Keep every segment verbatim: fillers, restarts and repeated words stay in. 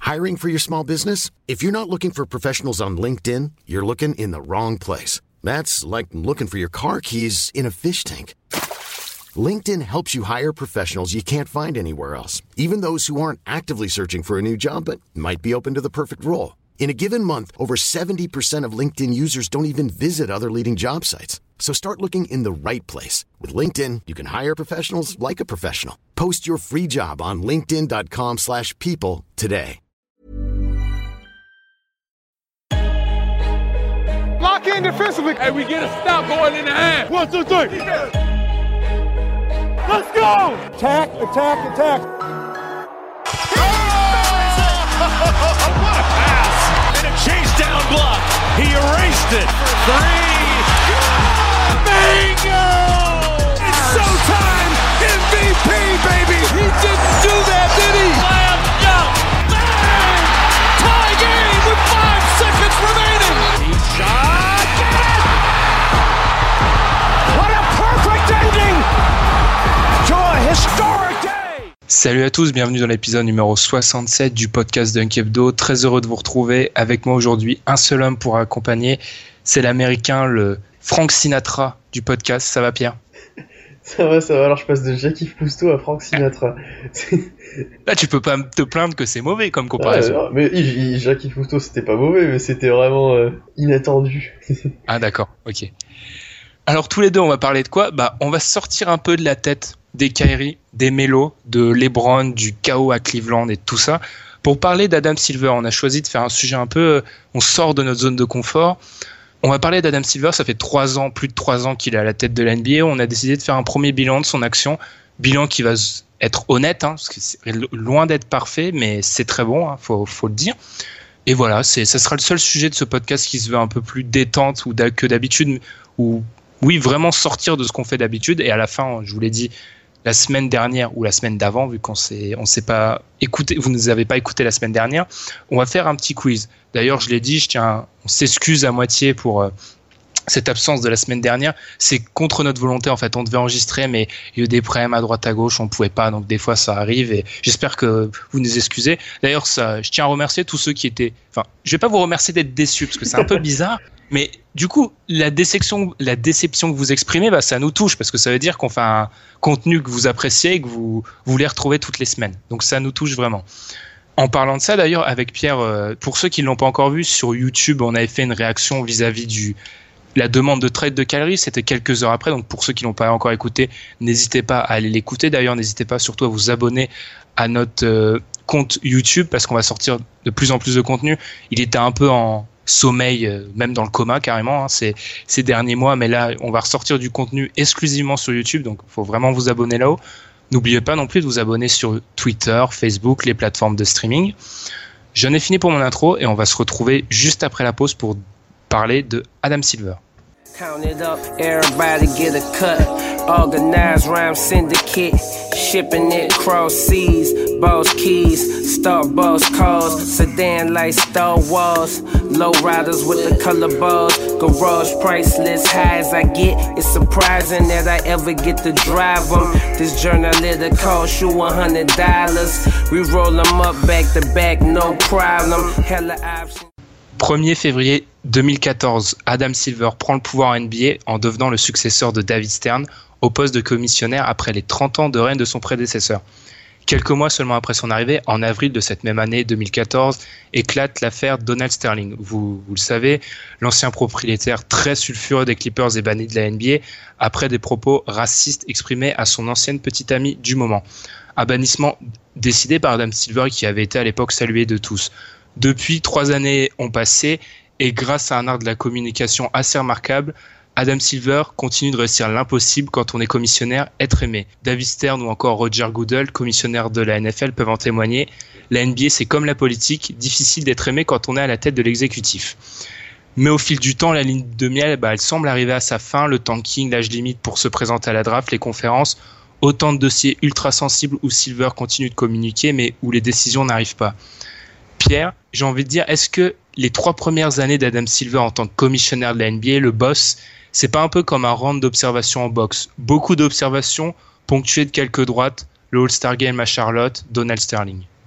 Hiring for your small business? If you're not looking for professionals on LinkedIn, you're looking in the wrong place. That's like looking for your car keys in a fish tank. LinkedIn helps you hire professionals you can't find anywhere else, even those who aren't actively searching for a new job but might be open to the perfect role. In a given month, over seventy percent of LinkedIn users don't even visit other leading job sites. So start looking in the right place. With LinkedIn, you can hire professionals like a professional. Post your free job on linkedin.com slash people today. Lock in defensively. Hey, we get a stop going in the half. One, two, three. Let's go! Attack, attack, attack. What a pass! And a chase down block. He erased it. Three. Bingo! It's showtime! M V P, baby! He didn't do that, did he? Slam dunk! Bang! Tie game with five seconds remaining! He shot! What a perfect ending to a historic day! Salut à tous, bienvenue dans l'épisode numéro soixante-sept du podcast Dunk Hebdo. Très heureux de vous retrouver. Avec moi aujourd'hui, un seul homme pour accompagner. C'est l'américain, le Frank Sinatra du podcast. Ça va, Pierre? Ça va, ça va. Alors je passe de Jackie Cousteau à Frank Sinatra. Là, tu peux pas te plaindre que c'est mauvais comme comparaison. Ah, non, mais il, il, Jackie Cousteau, c'était pas mauvais, mais c'était vraiment euh, inattendu. Ah d'accord, ok. Alors tous les deux, on va parler de quoi? Bah, on va sortir un peu de la tête des Kyrie, des Melo, de LeBron, du chaos à Cleveland et tout ça, pour parler d'Adam Silver. On a choisi de faire un sujet un peu, on sort de notre zone de confort. On va parler d'Adam Silver, ça fait trois ans, plus de trois ans qu'il est à la tête de la N B A. On a décidé de faire un premier bilan de son action, bilan qui va être honnête, hein, parce que c'est loin d'être parfait, mais c'est très bon, hein, faut, faut le dire. Et voilà, c'est, ça sera le seul sujet de ce podcast qui se veut un peu plus détente ou que d'habitude, ou oui, vraiment sortir de ce qu'on fait d'habitude. Et à la fin, je vous l'ai dit, la semaine dernière ou la semaine d'avant, vu qu'on s'est, on s'est pas écouté, vous ne nous avez pas écouté la semaine dernière, on va faire un petit quiz. D'ailleurs, je l'ai dit, je tiens, on s'excuse à moitié pour euh, cette absence de la semaine dernière. C'est contre notre volonté, en fait. On devait enregistrer, mais il y a eu des problèmes à droite à gauche, on pouvait pas, donc des fois ça arrive. Et j'espère que vous nous excusez. D'ailleurs, ça, je tiens à remercier tous ceux qui étaient. Enfin, je vais pas vous remercier d'être déçus parce que c'est un peu bizarre. Mais du coup, la déception, la déception que vous exprimez, bah, ça nous touche parce que ça veut dire qu'on fait un contenu que vous appréciez et que vous, vous voulez retrouver toutes les semaines. Donc ça nous touche vraiment. En parlant de ça, d'ailleurs, avec Pierre, euh, pour ceux qui ne l'ont pas encore vu, sur YouTube, on avait fait une réaction vis-à-vis du la demande de trade de Kyrie. C'était quelques heures après. Donc pour ceux qui ne l'ont pas encore écouté, n'hésitez pas à aller l'écouter. D'ailleurs, n'hésitez pas surtout à vous abonner à notre euh, compte YouTube parce qu'on va sortir de plus en plus de contenu. Il était un peu en sommeil, même dans le coma carrément, hein, ces, ces derniers mois, mais là on va ressortir du contenu exclusivement sur YouTube, donc il faut vraiment vous abonner là-haut. N'oubliez pas non plus de vous abonner sur Twitter, Facebook, les plateformes de streaming. J'en ai fini pour mon intro et on va se retrouver juste après la pause pour parler de Adam Silver. Count it up, everybody get a cut. Organized rhyme syndicate, shipping it cross seas. Boss keys, Starbucks cars, sedan like Star Wars. Low riders with the color bars, garage priceless high as I get. It's surprising that I ever get to drive them. This journal it'll cost you a hundred dollars. We roll them up back to back, no problem. Hella options. premier février deux mille quatorze, Adam Silver prend le pouvoir en N B A en devenant le successeur de David Stern au poste de commissionnaire après les trente ans de règne de son prédécesseur. Quelques mois seulement après son arrivée, en avril de cette même année deux mille quatorze, éclate l'affaire Donald Sterling. Vous, vous le savez, l'ancien propriétaire très sulfureux des Clippers est banni de la N B A après des propos racistes exprimés à son ancienne petite amie du moment. Un bannissement décidé par Adam Silver qui avait été à l'époque salué de tous. Depuis, trois années ont passé et grâce à un art de la communication assez remarquable, Adam Silver continue de réussir l'impossible quand on est commissionnaire, être aimé. David Stern ou encore Roger Goodell, commissionnaire de la N F L, peuvent en témoigner. La N B A, c'est comme la politique, difficile d'être aimé quand on est à la tête de l'exécutif. Mais au fil du temps, la ligne de miel, bah, elle semble arriver à sa fin. Le tanking, l'âge limite pour se présenter à la draft, les conférences, autant de dossiers ultra sensibles où Silver continue de communiquer, mais où les décisions n'arrivent pas. Pierre, j'ai envie de dire, est-ce que les trois premières années d'Adam Silver en tant que commissionnaire de la N B A, le boss, c'est pas un peu comme un round d'observation en boxe? Beaucoup d'observations, ponctuées de quelques droites, le All-Star Game à Charlotte, Donald Sterling.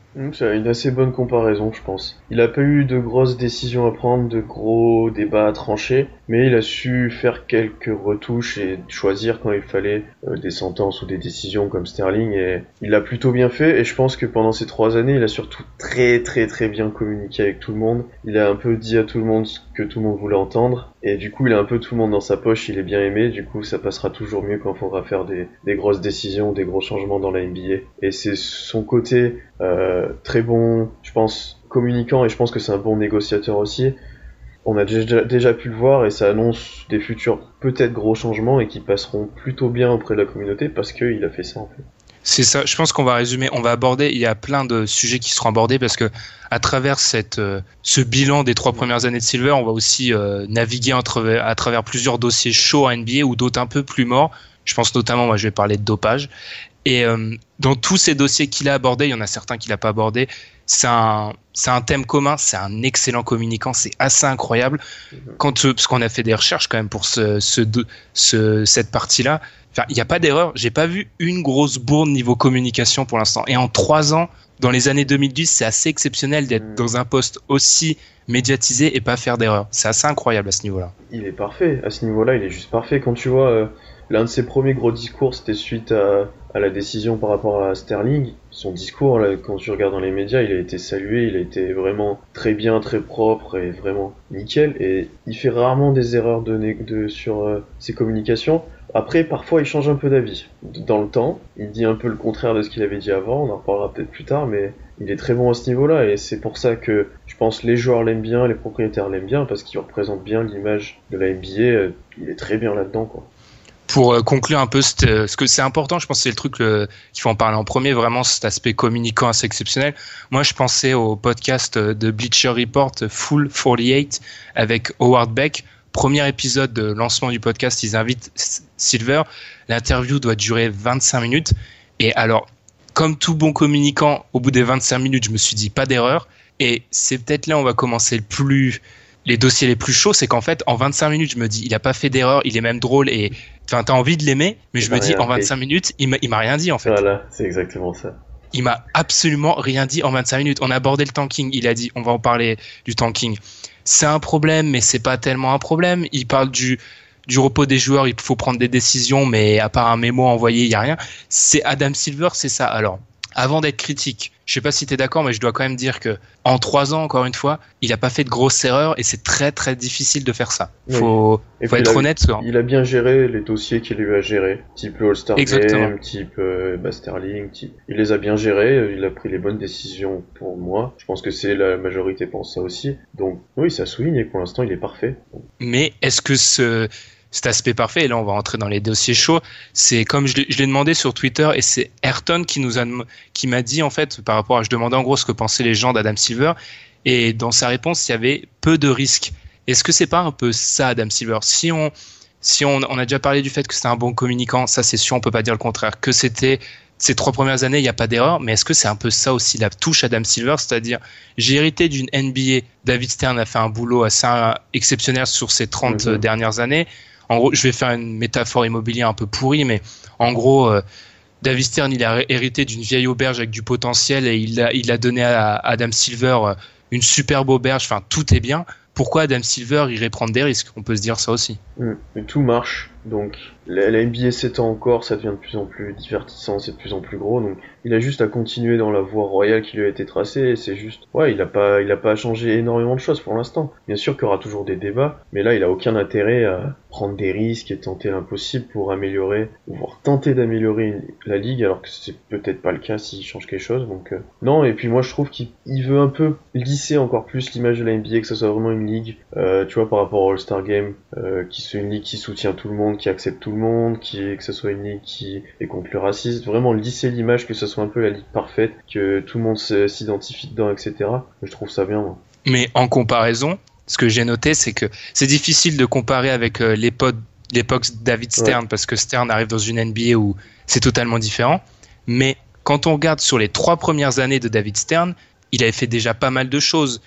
Donc, c'est une assez bonne comparaison, je pense. Il a pas eu de grosses décisions à prendre, de gros débats à trancher, mais il a su faire quelques retouches et choisir quand il fallait euh, des sentences ou des décisions comme Sterling, et il l'a plutôt bien fait, et je pense que pendant ces trois années, il a surtout très très très bien communiqué avec tout le monde. Il a un peu dit à tout le monde ce que tout le monde voulait entendre, et du coup il a un peu tout le monde dans sa poche, il est bien aimé, du coup ça passera toujours mieux quand il faudra faire des, des grosses décisions, des gros changements dans la N B A, et c'est son côté euh, très bon, je pense, communicant, et je pense que c'est un bon négociateur aussi. On a déjà, déjà pu le voir, et ça annonce des futurs peut-être gros changements et qui passeront plutôt bien auprès de la communauté parce qu'il a fait ça en fait. C'est ça, je pense qu'on va résumer, on va aborder, il y a plein de sujets qui seront abordés parce que à travers cette, euh, ce bilan des trois premières années de Silver, on va aussi euh, naviguer entre, à travers plusieurs dossiers chauds à N B A ou d'autres un peu plus morts. Je pense notamment, moi je vais parler de dopage. Et euh, dans tous ces dossiers qu'il a abordés, il y en a certains qu'il n'a pas abordés, c'est un, c'est un thème commun, c'est un excellent communicant, c'est assez incroyable. Quand, parce qu'on a fait des recherches quand même pour ce, ce, ce, cette partie-là. Enfin, il n'y a pas d'erreur. J'ai pas vu une grosse bourde niveau communication pour l'instant. Et en trois ans, dans les années deux mille dix, c'est assez exceptionnel d'être mmh. dans un poste aussi médiatisé et pas faire d'erreur. C'est assez incroyable à ce niveau-là. Il est parfait. À ce niveau-là, il est juste parfait. Quand tu vois, euh, l'un de ses premiers gros discours, c'était suite à, à la décision par rapport à Sterling. Son discours, là, quand tu regardes dans les médias, il a été salué. Il a été vraiment très bien, très propre et vraiment nickel. Et il fait rarement des erreurs de, de, sur euh, ses communications. Après, parfois, il change un peu d'avis. Dans le temps, il dit un peu le contraire de ce qu'il avait dit avant, on en reparlera peut-être plus tard, mais il est très bon à ce niveau-là, et c'est pour ça que je pense les joueurs l'aiment bien, les propriétaires l'aiment bien, parce qu'il représente bien l'image de la N B A, il est très bien là-dedans, quoi. Pour euh, conclure un peu, ce que c'est important, je pense que c'est le truc euh, qu'il faut en parler en premier, vraiment cet aspect communicant assez exceptionnel. Moi, je pensais au podcast de Bleacher Report, Full quarante-huit, avec Howard Beck. Premier épisode de lancement du podcast, ils invitent Silver. L'interview doit durer vingt-cinq minutes. Et alors, comme tout bon communicant, au bout des vingt-cinq minutes, je me suis dit pas d'erreur. Et c'est peut-être là où on va commencer le plus, les dossiers les plus chauds. C'est qu'en fait, en vingt-cinq minutes, je me dis, il a pas fait d'erreur, il est même drôle. Et enfin, t'as envie de l'aimer, mais je me dis, en vingt-cinq minutes, il m'a, il m'a rien dit en fait. Voilà, c'est exactement ça. Il m'a absolument rien dit en vingt-cinq minutes. On a abordé le tanking. Il a dit, on va en parler du tanking. C'est un problème, mais c'est pas tellement un problème. Il parle du, du repos des joueurs, il faut prendre des décisions, mais à part un mémo envoyé, il n'y a rien. C'est Adam Silver, c'est ça. Alors, avant d'être critique, je sais pas si tu es d'accord, mais je dois quand même dire que en trois ans, encore une fois, il a pas fait de grosses erreurs et c'est très très difficile de faire ça. Faut, oui. faut être il a, honnête. Il a bien géré les dossiers qu'il a eu à gérer, type le All-Star Exactement. Game, type euh, bah, Sterling, type... il les a bien gérés, il a pris les bonnes décisions pour moi. Je pense que c'est la majorité pense ça aussi. Donc oui, ça souligne et pour l'instant il est parfait. Mais est-ce que ce cet aspect parfait, et là on va rentrer dans les dossiers chauds, c'est comme je l'ai, je l'ai demandé sur Twitter, et c'est Ayrton qui nous a qui m'a dit en fait par rapport à, je demandais en gros ce que pensaient les gens d'Adam Silver, et dans sa réponse il y avait peu de risques. Est-ce que c'est pas un peu ça Adam Silver? Si on si on, on a déjà parlé du fait que c'était un bon communicant, ça c'est sûr, on peut pas dire le contraire, que c'était ces trois premières années, il n'y a pas d'erreur, mais est-ce que c'est un peu ça aussi la touche Adam Silver, c'est-à-dire j'ai hérité d'une N B A, David Stern a fait un boulot assez exceptionnel sur ces trente mm-hmm. dernières années. En gros, je vais faire une métaphore immobilière un peu pourrie, mais en gros, euh, David Stern, il a hérité d'une vieille auberge avec du potentiel et il a, il a donné à Adam Silver une superbe auberge. Enfin, tout est bien. Pourquoi Adam Silver irait prendre des risques? On peut se dire ça aussi. Mmh. Mais tout marche, donc la, la N B A s'étend encore, ça devient de plus en plus divertissant, c'est de plus en plus gros, donc il a juste à continuer dans la voie royale qui lui a été tracée, et c'est juste, ouais, il a pas, il a pas changé énormément de choses pour l'instant. Bien sûr qu'il y aura toujours des débats, mais là il a aucun intérêt à prendre des risques et tenter l'impossible pour améliorer, ou voire tenter d'améliorer la ligue, alors que c'est peut-être pas le cas s'il change quelque chose, donc euh, non, et puis moi je trouve qu'il il veut un peu lisser encore plus l'image de la N B A, que ça soit vraiment une ligue, euh, tu vois, par rapport au All-Star Game, euh, qui soit une ligue qui soutient tout le monde, qui accepte tout le monde, qui, que ce soit une ligue qui est contre le racisme, vraiment lisser l'image, que ce soit un peu la ligue parfaite, que tout le monde s'identifie dedans, et cetera. Je trouve ça bien, moi. Mais en comparaison, ce que j'ai noté, c'est que c'est difficile de comparer avec euh, l'époque, l'époque David Stern, ouais. parce que Stern arrive dans une N B A où c'est totalement différent. Mais quand on regarde sur les trois premières années de David Stern, il avait fait déjà pas mal de choses.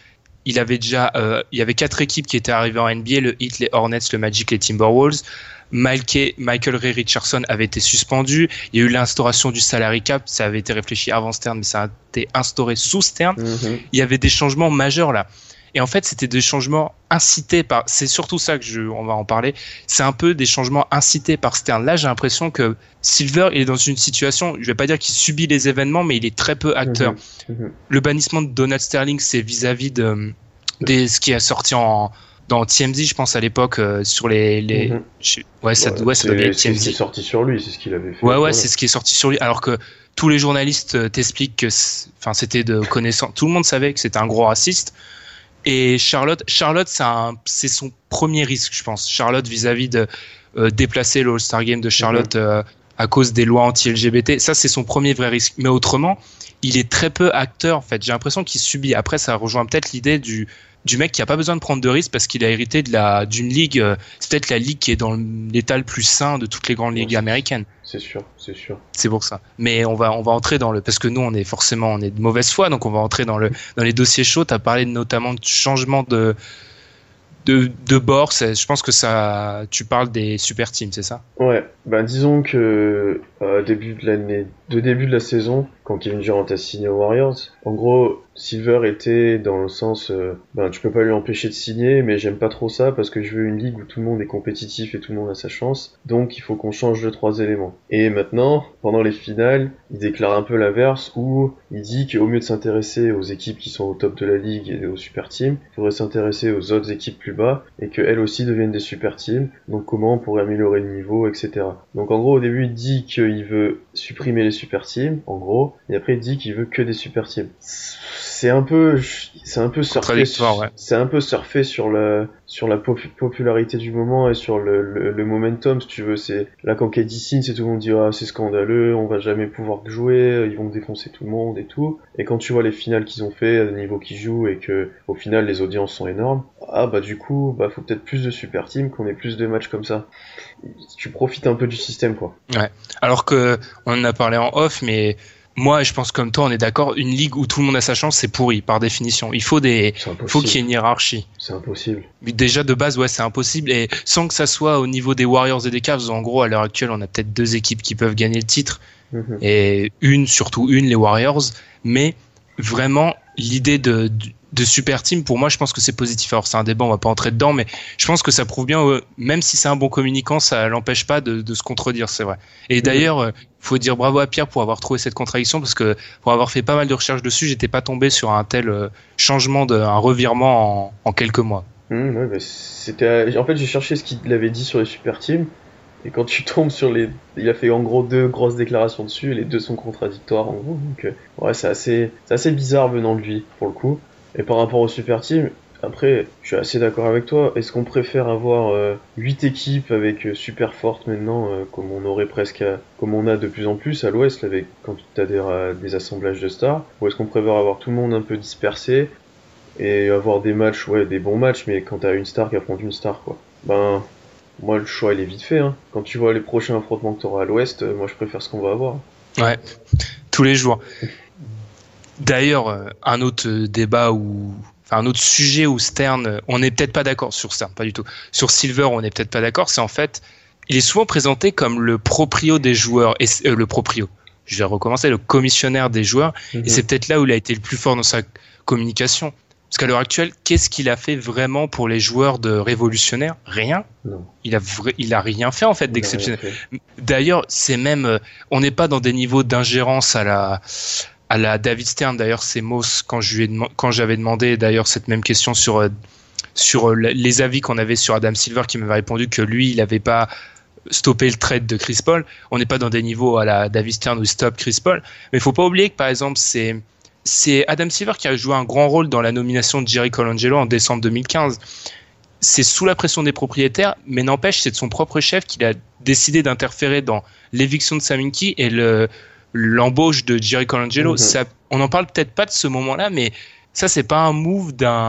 il avait déjà, euh, il y avait quatre équipes qui étaient arrivées en N B A, le Heat, les Hornets, le Magic, les Timberwolves. Michael, Michael Ray Richardson avait été suspendu. Il y a eu l'instauration du salary cap. Ça avait été réfléchi avant Stern, mais ça a été instauré sous Stern. Mm-hmm. Il y avait des changements majeurs là. Et en fait, c'était des changements incités par... C'est surtout ça que je... on va en parler. C'est un peu des changements incités par Stern. Là, j'ai l'impression que Silver, il est dans une situation... Je vais pas dire qu'il subit les événements, mais il est très peu acteur. Mmh, mmh. Le bannissement de Donald Sterling, c'est vis-à-vis de, de ce qui a sorti en... dans T M Z, je pense, à l'époque, euh, sur les... les... Mmh. Je... Ouais, ça, ouais, ouais, ça doit bien être T M Z. C'est ce qui est sorti sur lui, c'est ce qu'il avait fait. Ouais, ouais, c'est ce qui est sorti sur lui. Alors que tous les journalistes t'expliquent que... Enfin, c'était de connaissance... Tout le monde savait que c'était un gros raciste. Et Charlotte, Charlotte, c'est, un, c'est son premier risque, je pense. Charlotte vis-à-vis de euh, déplacer le All-Star Game de Charlotte euh, à cause des lois anti-L G B T. Ça, c'est son premier vrai risque. Mais autrement, il est très peu acteur, en fait. J'ai l'impression qu'il subit. Après, ça rejoint peut-être l'idée du, du mec qui a pas besoin de prendre de risques parce qu'il a hérité de la, d'une ligue. Euh, c'est peut-être la ligue qui est dans l'état le plus sain de toutes les grandes ligues ouais, américaines. C'est sûr, c'est sûr. C'est pour ça. Mais on va, on va entrer dans le, parce que nous, on est forcément, on est de mauvaise foi, donc on va entrer dans le, dans les dossiers chauds. T'as parlé notamment de changement de, de, de bord. C'est, je pense que ça, tu parles des super teams, c'est ça? Ouais. Ben, disons que, euh, début de l'année, de début de la saison, quand Kevin Durant a signé aux Warriors, en gros, Silver était dans le sens, euh, ben, tu peux pas lui empêcher de signer, mais j'aime pas trop ça parce que je veux une ligue où tout le monde est compétitif et tout le monde a sa chance, donc il faut qu'on change de trois éléments. Et maintenant, pendant les finales, il déclare un peu l'inverse où il dit qu'au mieux de s'intéresser aux équipes qui sont au top de la ligue et aux super teams, il faudrait s'intéresser aux autres équipes plus bas et qu'elles aussi deviennent des super teams, donc comment on pourrait améliorer le niveau, et cetera. Donc en gros, au début, il dit qu'il veut supprimer les super teams, en gros, et après il dit qu'il veut que des super teams. C'est un peu, c'est un peu surfé, ouais. c'est un peu surfé sur la, sur la pop- popularité du moment et sur le, le, le momentum, si tu veux. C'est là quand K D signe, c'est tout le monde dit ah c'est scandaleux, on va jamais pouvoir jouer, ils vont défoncer tout le monde et tout. Et quand tu vois les finales qu'ils ont fait, à des niveaux qu'ils jouent et que au final les audiences sont énormes, ah bah du coup bah faut peut-être plus de super teams, qu'on ait plus de matchs comme ça. Tu profites un peu du système quoi. Ouais. Alors que on en a parlé en off, mais moi, je pense comme toi, on est d'accord, une ligue où tout le monde a sa chance, c'est pourri, par définition. Il faut des, faut qu'il y ait une hiérarchie. C'est impossible. Déjà, de base, ouais, c'est impossible. Et sans que ça soit au niveau des Warriors et des Cavs, en gros, à l'heure actuelle, on a peut-être deux équipes qui peuvent gagner le titre. Mm-hmm. Et une, surtout une, les Warriors. Mais vraiment, l'idée de, de, de super team, pour moi, je pense que c'est positif. Alors, c'est un débat, on va pas entrer dedans, mais je pense que ça prouve bien, euh, même si c'est un bon communicant, ça l'empêche pas de, de se contredire, c'est vrai. Et d'ailleurs, euh, faut dire bravo à Pierre pour avoir trouvé cette contradiction, parce que pour avoir fait pas mal de recherches dessus, j'étais pas tombé sur un tel euh, changement, de, un revirement en, en quelques mois. Mmh, ouais, bah c'était, en fait, j'ai cherché ce qu'il avait dit sur les super teams, et quand tu tombes sur les, il a fait en gros deux grosses déclarations dessus, et les deux sont contradictoires en gros, donc euh, ouais, c'est assez, c'est assez bizarre venant de lui pour le coup. Et par rapport au super team, après, je suis assez d'accord avec toi. Est-ce qu'on préfère avoir euh, huit équipes avec euh, super fortes maintenant, euh, comme on aurait presque, à, comme on a de plus en plus à l'Ouest, là, avec quand tu as des, euh, des assemblages de stars, ou est-ce qu'on préfère avoir tout le monde un peu dispersé et avoir des matchs, ouais, des bons matchs, mais quand t'as une star qui affronte une star, quoi. Ben, moi le choix il est vite fait. Hein. Quand tu vois les prochains affrontements que t'auras à l'Ouest, euh, moi je préfère ce qu'on va avoir. Ouais, tous les jours. D'ailleurs, un autre débat où, enfin un autre sujet où Stern, on n'est peut-être pas d'accord sur Stern, pas du tout. Sur Silver, on n'est peut-être pas d'accord. C'est en fait, il est souvent présenté comme le proprio des joueurs et euh, le proprio. Je vais recommencer, le commissionnaire des joueurs. Mm-hmm. Et c'est peut-être là où il a été le plus fort dans sa communication. Parce qu'à l'heure actuelle, qu'est-ce qu'il a fait vraiment pour les joueurs de révolutionnaire ? Rien. Non. Il a vra- il a rien fait en fait d'exceptionnel. D'ailleurs, c'est même, on n'est pas dans des niveaux d'ingérence à la à la David Stern. D'ailleurs, c'est Moss quand je lui ai dem- quand j'avais demandé d'ailleurs cette même question sur sur les avis qu'on avait sur Adam Silver, qui m'avait répondu que lui, il n'avait pas stoppé le trade de Chris Paul. On n'est pas dans des niveaux à la David Stern où stop Chris Paul. Mais il faut pas oublier que par exemple, c'est c'est Adam Silver qui a joué un grand rôle dans la nomination de Jerry Colangelo en décembre deux mille quinze. C'est sous la pression des propriétaires, mais n'empêche, c'est de son propre chef qu'il a décidé d'interférer dans l'éviction de Sam Hinkie et le, l'embauche de Jerry Colangelo. Mm-hmm. Ça, on n'en parle peut-être pas de ce moment-là, mais ça, c'est pas un move d'un,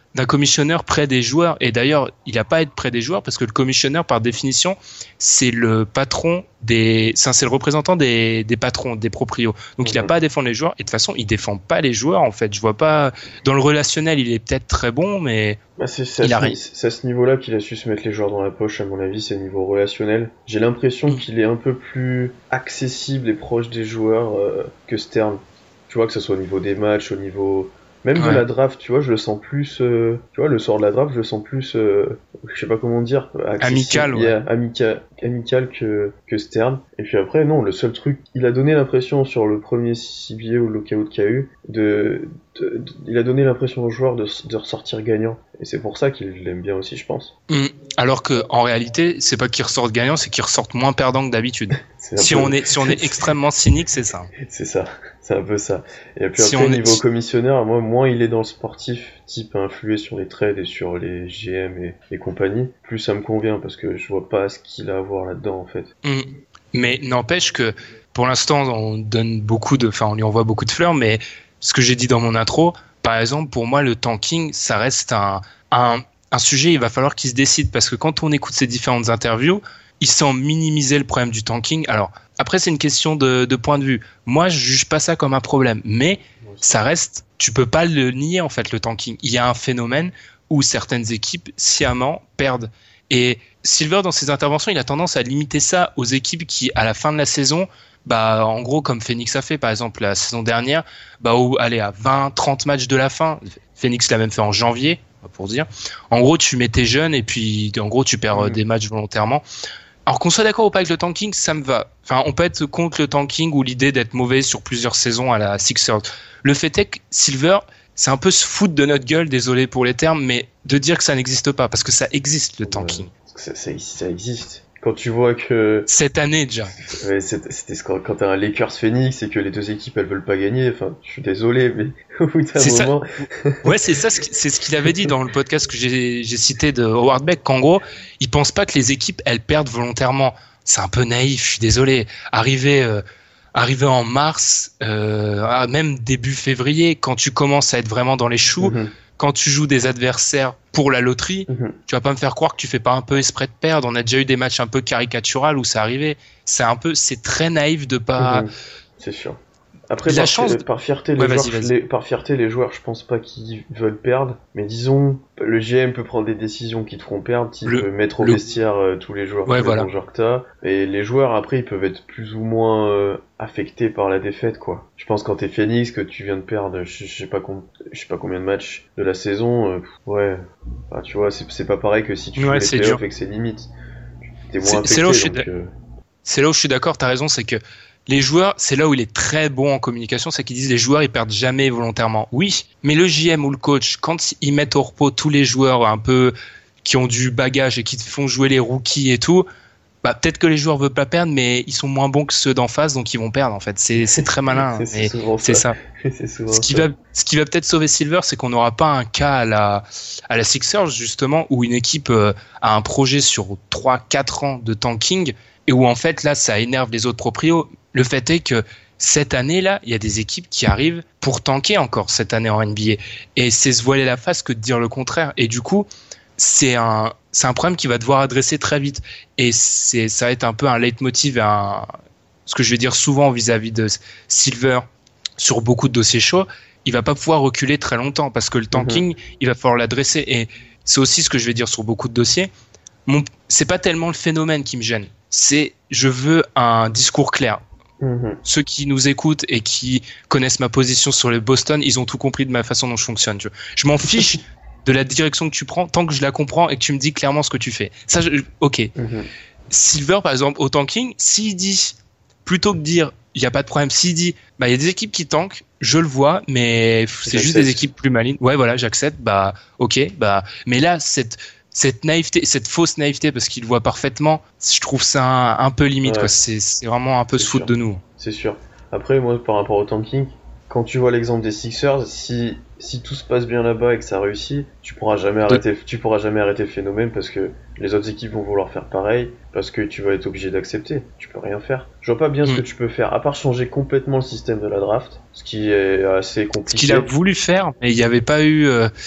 d'un commissionneur près des joueurs. Et d'ailleurs, il n'a pas à être près des joueurs parce que le commissionneur, par définition, c'est le patron des, c'est le représentant des, des patrons, des proprios. Donc, mmh. il n'a pas à défendre les joueurs. Et de toute façon, il défend pas les joueurs. En fait, je vois pas. Dans le relationnel, il est peut-être très bon, mais bah c'est, c'est il arrive. C'est à ce niveau-là qu'il a su se mettre les joueurs dans la poche. À mon avis, c'est le niveau relationnel. J'ai l'impression mmh. qu'il est un peu plus accessible et proche des joueurs euh, que Stern. Tu vois, que ce soit au niveau des matchs, au niveau même ouais. de la draft, tu vois, je le sens plus, euh, tu vois, le sort de la draft, je le sens plus, euh, je sais pas comment dire, amical, ouais. yeah, amical, amical que que Stern. Et puis après, non, le seul truc, il a donné l'impression sur le premier C B A ou le lockout qu'il y a eu, de, de, de il a donné l'impression aux joueurs de, de ressortir gagnant. Et c'est pour ça qu'il l'aime bien aussi, je pense. Mmh. Alors que en réalité, c'est pas qu'ils ressortent gagnants, c'est qu'ils ressortent moins perdants que d'habitude. si peu... on est, si on est extrêmement cynique, c'est ça. C'est ça. C'est un peu ça. Et puis si après, au niveau est... commissionneur, moi, moins il est dans le sportif, type influé sur les trades et sur les G M et, et compagnie, plus ça me convient parce que je vois pas ce qu'il a à voir là-dedans, en fait. Mmh. Mais n'empêche que, pour l'instant, on donne beaucoup de, enfin, on lui envoie beaucoup de fleurs, mais ce que j'ai dit dans mon intro, par exemple, pour moi, le tanking, ça reste un, un, un sujet, il va falloir qu'il se décide parce que quand on écoute ces différentes interviews, il semble minimiser le problème du tanking. Alors, après, c'est une question de, de point de vue. Moi, je juge pas ça comme un problème, mais ça reste, tu peux pas le nier, en fait, le tanking. Il y a un phénomène où certaines équipes, sciemment, perdent. Et Silver, dans ses interventions, il a tendance à limiter ça aux équipes qui, à la fin de la saison, bah, en gros, comme Phoenix a fait, par exemple, la saison dernière, bah, où, allez, à vingt, trente matchs de la fin, Phoenix l'a même fait en janvier, pour dire. En gros, tu mets tes jeunes et puis, en gros, tu perds mmh. des matchs volontairement. Alors qu'on soit d'accord ou pas avec le tanking, ça me va. Enfin, on peut être contre le tanking ou l'idée d'être mauvais sur plusieurs saisons à la Sixers. Le fait est que Silver, c'est un peu se foutre de notre gueule, désolé pour les termes, mais de dire que ça n'existe pas, parce que ça existe, le tanking. Ça, ça, ça existe. Quand tu vois que... Cette année, déjà. Ouais, c'était, c'était quand, quand t'as un Lakers Phoenix et que les deux équipes, elles veulent pas gagner, enfin, je suis désolé, mais au bout d'un c'est moment... Ça. Ouais, c'est ça, c'est ce qu'il avait dit dans le podcast que j'ai, j'ai cité de Howard Beck, qu'en gros, il pense pas que les équipes, elles perdent volontairement. C'est un peu naïf, je suis désolé. Arriver, euh, arriver en mars, euh, même début février, quand tu commences à être vraiment dans les choux, mm-hmm. quand tu joues des adversaires pour la loterie, mm-hmm. tu vas pas me faire croire que tu fais pas un peu exprès de perdre. On a déjà eu des matchs un peu caricaturaux où ça arrivait. C'est un peu, c'est très naïf de pas. Mm-hmm. C'est sûr. Après, la par, chance... par fierté, les ouais, joueurs, vas-y, vas-y. Les, par fierté, les joueurs, je pense pas qu'ils veulent perdre. Mais disons, le G M peut prendre des décisions qui te feront perdre, type le, mettre au le... vestiaire euh, tous les joueurs, ouais, tous voilà. les bons joueurs que t'as. Et les joueurs, après, ils peuvent être plus ou moins euh, affectés par la défaite, quoi. Je pense quand t'es Phoenix, que tu viens de perdre, je, je sais pas com- je sais pas combien de matchs de la saison, euh, ouais. Bah, tu vois, c'est, c'est pas pareil que si tu ouais, joues les playoffs et que c'est limite. T'es moins c'est, affecté, c'est là où je suis donc, euh... c'est là où je suis d'accord, t'as raison, c'est que les joueurs, c'est là où il est très bon en communication, c'est qu'ils disent les joueurs ils perdent jamais volontairement. Oui, mais le G M ou le coach, quand ils mettent au repos tous les joueurs un peu qui ont du bagage et qui font jouer les rookies et tout, bah peut-être que les joueurs veulent pas perdre, mais ils sont moins bons que ceux d'en face, donc ils vont perdre en fait. C'est c'est très malin, c'est, mais c'est ça. c'est souvent ce qui ça. va ce qui va peut-être sauver Silver, c'est qu'on n'aura pas un cas à la à la Sixers justement où une équipe euh, a un projet sur trois quatre ans de tanking et où en fait là ça énerve les autres proprios. Le fait est que cette année-là, il y a des équipes qui arrivent pour tanker encore cette année en N B A. Et c'est se voiler la face que de dire le contraire. Et du coup, c'est un, c'est un problème qu'il va devoir adresser très vite. Et c'est, ça va être un peu un leitmotiv, un, ce que je vais dire souvent vis-à-vis de Silver sur beaucoup de dossiers chauds. Il va pas pouvoir reculer très longtemps parce que le tanking, mm-hmm. il va falloir l'adresser. Et c'est aussi ce que je vais dire sur beaucoup de dossiers. Mon, c'est pas tellement le phénomène qui me gêne. C'est, je veux un discours clair. Mmh. Ceux qui nous écoutent et qui connaissent ma position sur les Boston, ils ont tout compris de ma façon dont je fonctionne. Tu vois. Je m'en fiche de la direction que tu prends tant que je la comprends et que tu me dis clairement ce que tu fais. Ça, je, ok. Mmh. Silver, par exemple, au tanking, s'il dit, plutôt que de dire il n'y a pas de problème, s'il dit bah il y a des équipes qui tankent, je le vois, mais c'est j'accepte. Juste des équipes plus malines. Ouais, voilà, j'accepte. Bah, ok. Bah, mais là, cette cette naïveté, cette fausse naïveté, parce qu'il voit parfaitement, je trouve ça un, un peu limite, ouais. quoi. C'est, c'est vraiment un peu c'est se foutre de nous. C'est sûr. Après, moi, par rapport au tanking, quand tu vois l'exemple des Sixers, si, si tout se passe bien là-bas et que ça réussit, tu pourras jamais arrêter, tu pourras jamais arrêter le phénomène parce que les autres équipes vont vouloir faire pareil, parce que tu vas être obligé d'accepter. Tu peux rien faire. Je vois pas bien mmh. ce que tu peux faire, à part changer complètement le système de la draft, ce qui est assez compliqué. Ce qu'il a voulu faire, mais il n'y avait pas eu, euh,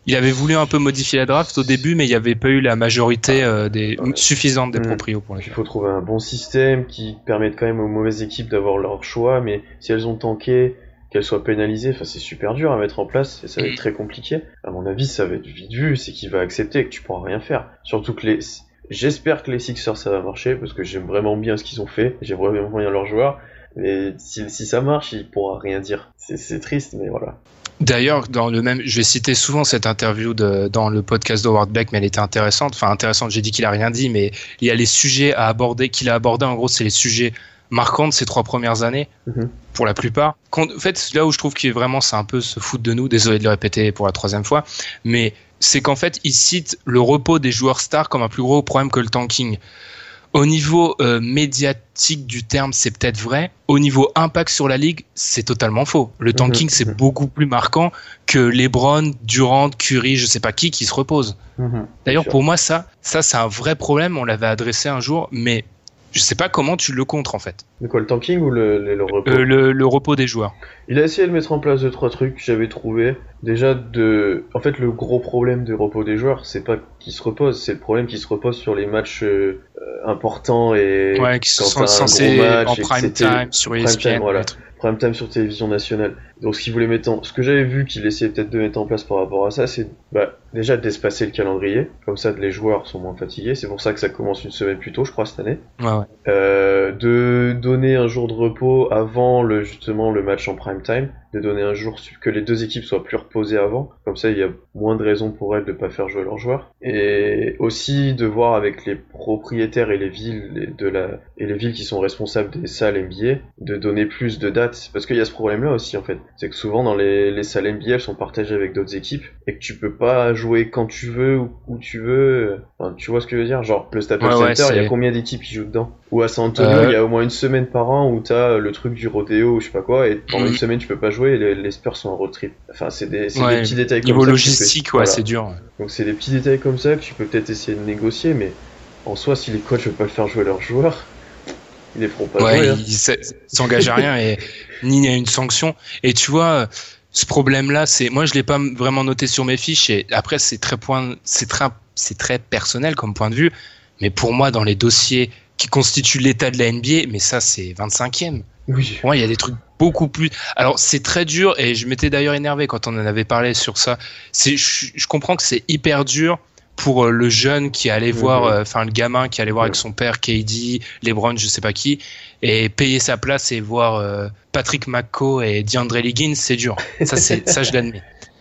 il avait voulu un peu modifier la draft au début, mais il n'y avait pas eu la majorité euh, des, ouais. suffisante des mmh. proprios pour les Il faut trouver un bon système qui permette quand même aux mauvaises équipes d'avoir leur choix, mais si elles ont tanké, qu'elles soient pénalisées, enfin c'est super dur à mettre en place et ça va être très compliqué. À mon avis, ça va être vite vu, c'est qu'il va accepter que tu pourras rien faire. Surtout que les, j'espère que les Sixers ça va marcher parce que j'aime vraiment bien ce qu'ils ont fait, j'aime vraiment bien leurs joueurs. Mais si, si ça marche, il pourra rien dire. C'est, c'est triste, mais voilà. D'ailleurs, dans le même, je vais citer souvent cette interview de, dans le podcast d'Howard Beck, mais elle était intéressante. Enfin, intéressante, j'ai dit qu'il a rien dit, mais il y a les sujets à aborder, qu'il a abordé. En gros, c'est les sujets marquants de ces trois premières années, mm-hmm. pour la plupart. Quand, en fait, là où je trouve qu'il est vraiment, c'est un peu se foutre de nous. Désolé de le répéter pour la troisième fois, mais c'est qu'en fait, il cite le repos des joueurs stars comme un plus gros problème que le tanking. Au niveau euh, médiatique du terme, c'est peut-être vrai. Au niveau impact sur la ligue, c'est totalement faux. Le tanking, mmh, c'est mmh. beaucoup plus marquant que LeBron, Durant, Curry, je sais pas qui, qui se reposent. Mmh, D'ailleurs, pour moi, ça, ça, c'est un vrai problème. On l'avait adressé un jour, mais je sais pas comment tu le contres, en fait. De quoi, le tanking ou le, le, le repos euh, le, le repos des joueurs. Il a essayé de mettre en place deux, trois trucs que j'avais trouvé. Déjà, de... en fait, le gros problème du repos des joueurs, c'est pas qu'ils se reposent, c'est le problème qu'ils se reposent sur les matchs euh, importants et ouais, qui sont censés en prime time sur E S P N. Voilà. Prime time sur télévision nationale. Donc, ce qu'il voulait mettre en... ce que j'avais vu qu'il essayait peut-être de mettre en place par rapport à ça, c'est bah, déjà d'espacer le calendrier. Comme ça, les joueurs sont moins fatigués. C'est pour ça que ça commence une semaine plus tôt, je crois, cette année. Ouais, ouais. Euh, de donner un jour de repos avant le, justement, le match en prime time. De donner un jour que les deux équipes soient plus reposées avant. Comme ça, il y a moins de raisons pour elles de pas faire jouer leurs joueurs. Et aussi de voir avec les propriétaires et les villes de la, et les villes qui sont responsables des salles N B A, de donner plus de dates. Parce qu'il y a ce problème-là aussi, en fait. C'est que souvent, dans les, les salles N B A, elles sont partagées avec d'autres équipes et que tu peux pas jouer quand tu veux ou où tu veux. Enfin, tu vois ce que je veux dire? Genre, le Staples ouais, Center, il ouais, y a combien d'équipes qui jouent dedans? Ou à San Antonio, il euh... y a au moins une semaine par an où t'as le truc du rodéo ou je sais pas quoi, et pendant mmh. une semaine, tu peux pas jouer et les, les Spurs sont en road trip. Enfin, c'est des, c'est ouais, des petits détails comme niveau ça. Niveau logistique, ouais, voilà. c'est dur. Donc, c'est des petits détails comme ça que tu peux peut-être essayer de négocier, mais en soi, si les coachs veulent pas le faire jouer leurs joueurs, ils les feront pas ouais, jouer. Ils hein. s'engagent à rien et ni à une sanction. Et tu vois, ce problème-là, c'est, moi, je l'ai pas vraiment noté sur mes fiches et après, c'est très point, c'est très, c'est très personnel comme point de vue. Mais pour moi, dans les dossiers qui constituent l'état de la N B A, mais ça, c'est vingt-cinquième. Oui. Pour moi, il y a des trucs beaucoup plus. Alors, c'est très dur et je m'étais d'ailleurs énervé quand on en avait parlé sur ça. C'est, je, je comprends que c'est hyper dur pour le jeune qui allait mmh. voir, enfin, euh, le gamin qui allait voir mmh. avec son père, K D, LeBron, je sais pas qui, et payer sa place et voir euh, Patrick McCaw et DeAndre Liggins, c'est dur. Ça, c'est, ça, je l'admets.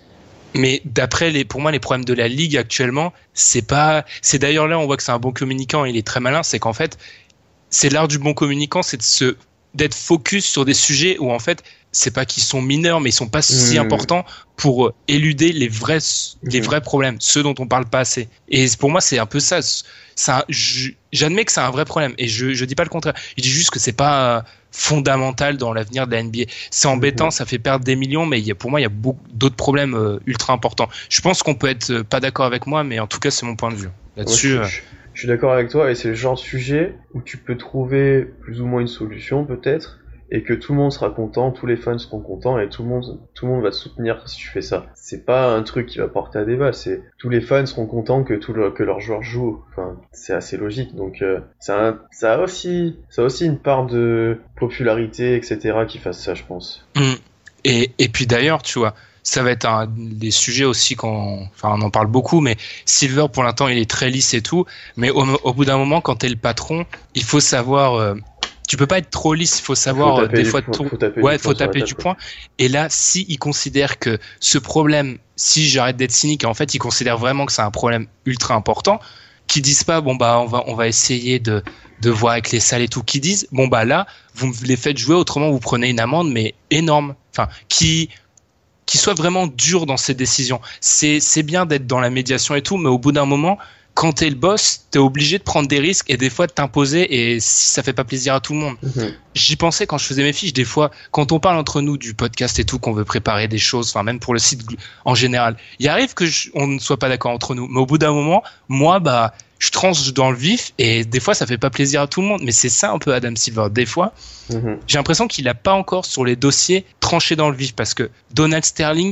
Mais d'après les, pour moi, les problèmes de la ligue actuellement, c'est pas, c'est d'ailleurs là, on voit que c'est un bon communicant, il est très malin, c'est qu'en fait, c'est l'art du bon communicant, c'est de se, d'être focus sur des sujets où en fait, c'est pas qu'ils sont mineurs, mais ils sont pas si mmh. importants pour éluder les vrais, les mmh. vrais problèmes, ceux dont on parle pas assez. Et pour moi, c'est un peu ça. ça je, j'admets que c'est un vrai problème et je, je dis pas le contraire. Je dis juste que c'est pas fondamental dans l'avenir de la N B A. C'est embêtant, mmh. ça fait perdre des millions, mais il y a, pour moi, il y a beaucoup d'autres problèmes euh, ultra importants. Je pense qu'on peut être euh, pas d'accord avec moi, mais en tout cas, c'est mon point de vue. Là-dessus. Ouais, je, je, je suis d'accord avec toi et c'est le genre de sujet où tu peux trouver plus ou moins une solution, peut-être. Et que tout le monde sera content, tous les fans seront contents et tout le monde, tout le monde va te soutenir si tu fais ça. C'est pas un truc qui va porter à débat, c'est tous les fans seront contents que tout le, que leurs joueurs jouent. Enfin, c'est assez logique. Donc, euh, ça, a, ça a aussi, ça a aussi une part de popularité, et cetera qui fasse ça, je pense. Mmh. Et, et puis d'ailleurs, tu vois, ça va être un des sujets aussi qu'on, enfin, on en parle beaucoup, mais Silver pour l'instant il est très lisse et tout, mais au, au bout d'un moment, quand t'es le patron, il faut savoir. Euh, Tu peux pas être trop lisse, il faut savoir faut des fois faut, tout. Faut taper ouais, du faut taper du poing. Et là, si ils considèrent que ce problème, si j'arrête d'être cynique, en fait, ils considèrent vraiment que c'est un problème ultra important, qui disent pas bon bah on va on va essayer de de voir avec les salles et tout, qui disent bon bah là vous me les faites jouer, autrement vous prenez une amende mais énorme. Enfin, qui qui soit vraiment dur dans ses décisions. C'est c'est bien d'être dans la médiation et tout, mais au bout d'un moment, quand t'es le boss, t'es obligé de prendre des risques et des fois de t'imposer, et si ça fait pas plaisir à tout le monde. Mmh. J'y pensais quand je faisais mes fiches, des fois, quand on parle entre nous du podcast et tout, qu'on veut préparer des choses, enfin même pour le site en général, il arrive que je, on ne soit pas d'accord entre nous, mais au bout d'un moment, moi, bah, je tranche dans le vif et des fois ça fait pas plaisir à tout le monde, mais c'est ça un peu Adam Silver. Des fois, mmh. j'ai l'impression qu'il a pas encore sur les dossiers tranché dans le vif, parce que Donald Sterling,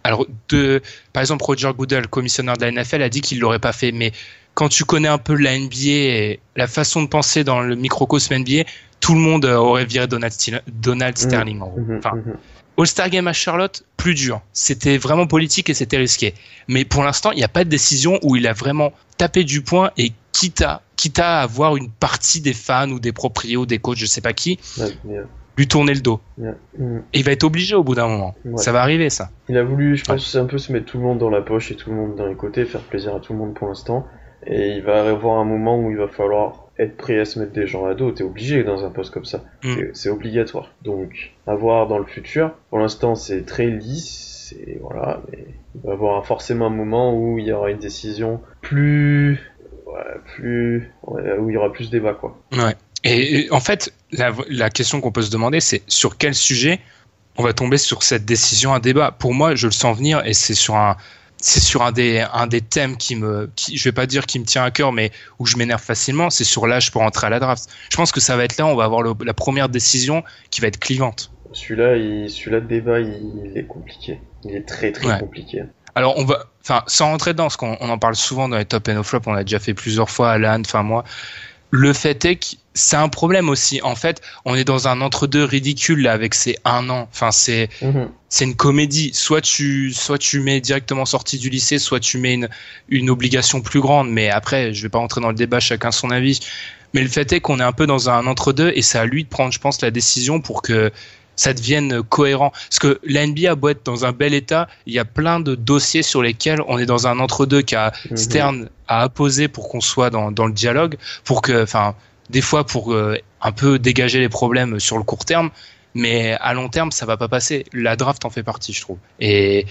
Alors, de, par exemple, Roger Goodell, commissionneur de la N F L, a dit qu'il l'aurait pas fait, mais quand tu connais un peu la N B A et la façon de penser dans le microcosme N B A, tout le monde aurait viré Donald, Stil- Donald Sterling. En gros. Enfin, All-Star Game à Charlotte, plus dur. C'était vraiment politique et c'était risqué. Mais pour l'instant, il n'y a pas de décision où il a vraiment tapé du poing et quitte à, quitte à avoir une partie des fans ou des proprios, des coachs, je sais pas qui, ouais, yeah. lui tourner le dos. Yeah. Mm. Et il va être obligé au bout d'un moment. Ouais. Ça va arriver, ça. Il a voulu, je pense, ouais. un peu se mettre tout le monde dans la poche et tout le monde d'un côté, faire plaisir à tout le monde pour l'instant. Et il va y avoir un moment où il va falloir être prêt à se mettre des gens à dos. T'es obligé dans un poste comme ça. Mm. C'est, c'est obligatoire. Donc, à voir dans le futur. Pour l'instant, c'est très lisse. Et voilà. Mais il va y avoir forcément un moment où il y aura une décision plus, ouais, plus, ouais, où il y aura plus de débat, quoi. Ouais. Et, et en fait, la, la question qu'on peut se demander, c'est sur quel sujet on va tomber sur cette décision, un débat. Pour moi, je le sens venir et c'est sur un, c'est sur un des, un des thèmes qui me, qui, je vais pas dire qui me tient à cœur, mais où je m'énerve facilement, c'est sur l'âge pour entrer à la draft. Je pense que ça va être là, on va avoir le, la première décision qui va être clivante. Celui-là, il, celui-là de débat, il, il est compliqué. Il est très très ouais. compliqué. Alors on va, enfin, sans rentrer dedans, parce qu'on on en parle souvent dans les top et no flop, on l'a déjà fait plusieurs fois, Alan, enfin moi. Le fait est que c'est un problème aussi. En fait, on est dans un entre-deux ridicule là, avec ces un an. Enfin, c'est mm-hmm. c'est une comédie. Soit tu soit tu mets directement sorti du lycée, soit tu mets une une obligation plus grande. Mais après, je vais pas rentrer dans le débat, chacun son avis. Mais le fait est qu'on est un peu dans un entre-deux et c'est à lui de prendre, je pense, la décision pour que ça devienne cohérent. Parce que la N B A a beau être dans un bel état, il y a plein de dossiers sur lesquels on est dans un entre-deux qu'à mm-hmm. Stern a apposé pour qu'on soit dans, dans le dialogue, pour que, enfin, des fois pour euh, un peu dégager les problèmes sur le court terme, mais à long terme, ça va pas passer. La draft en fait partie, je trouve. Et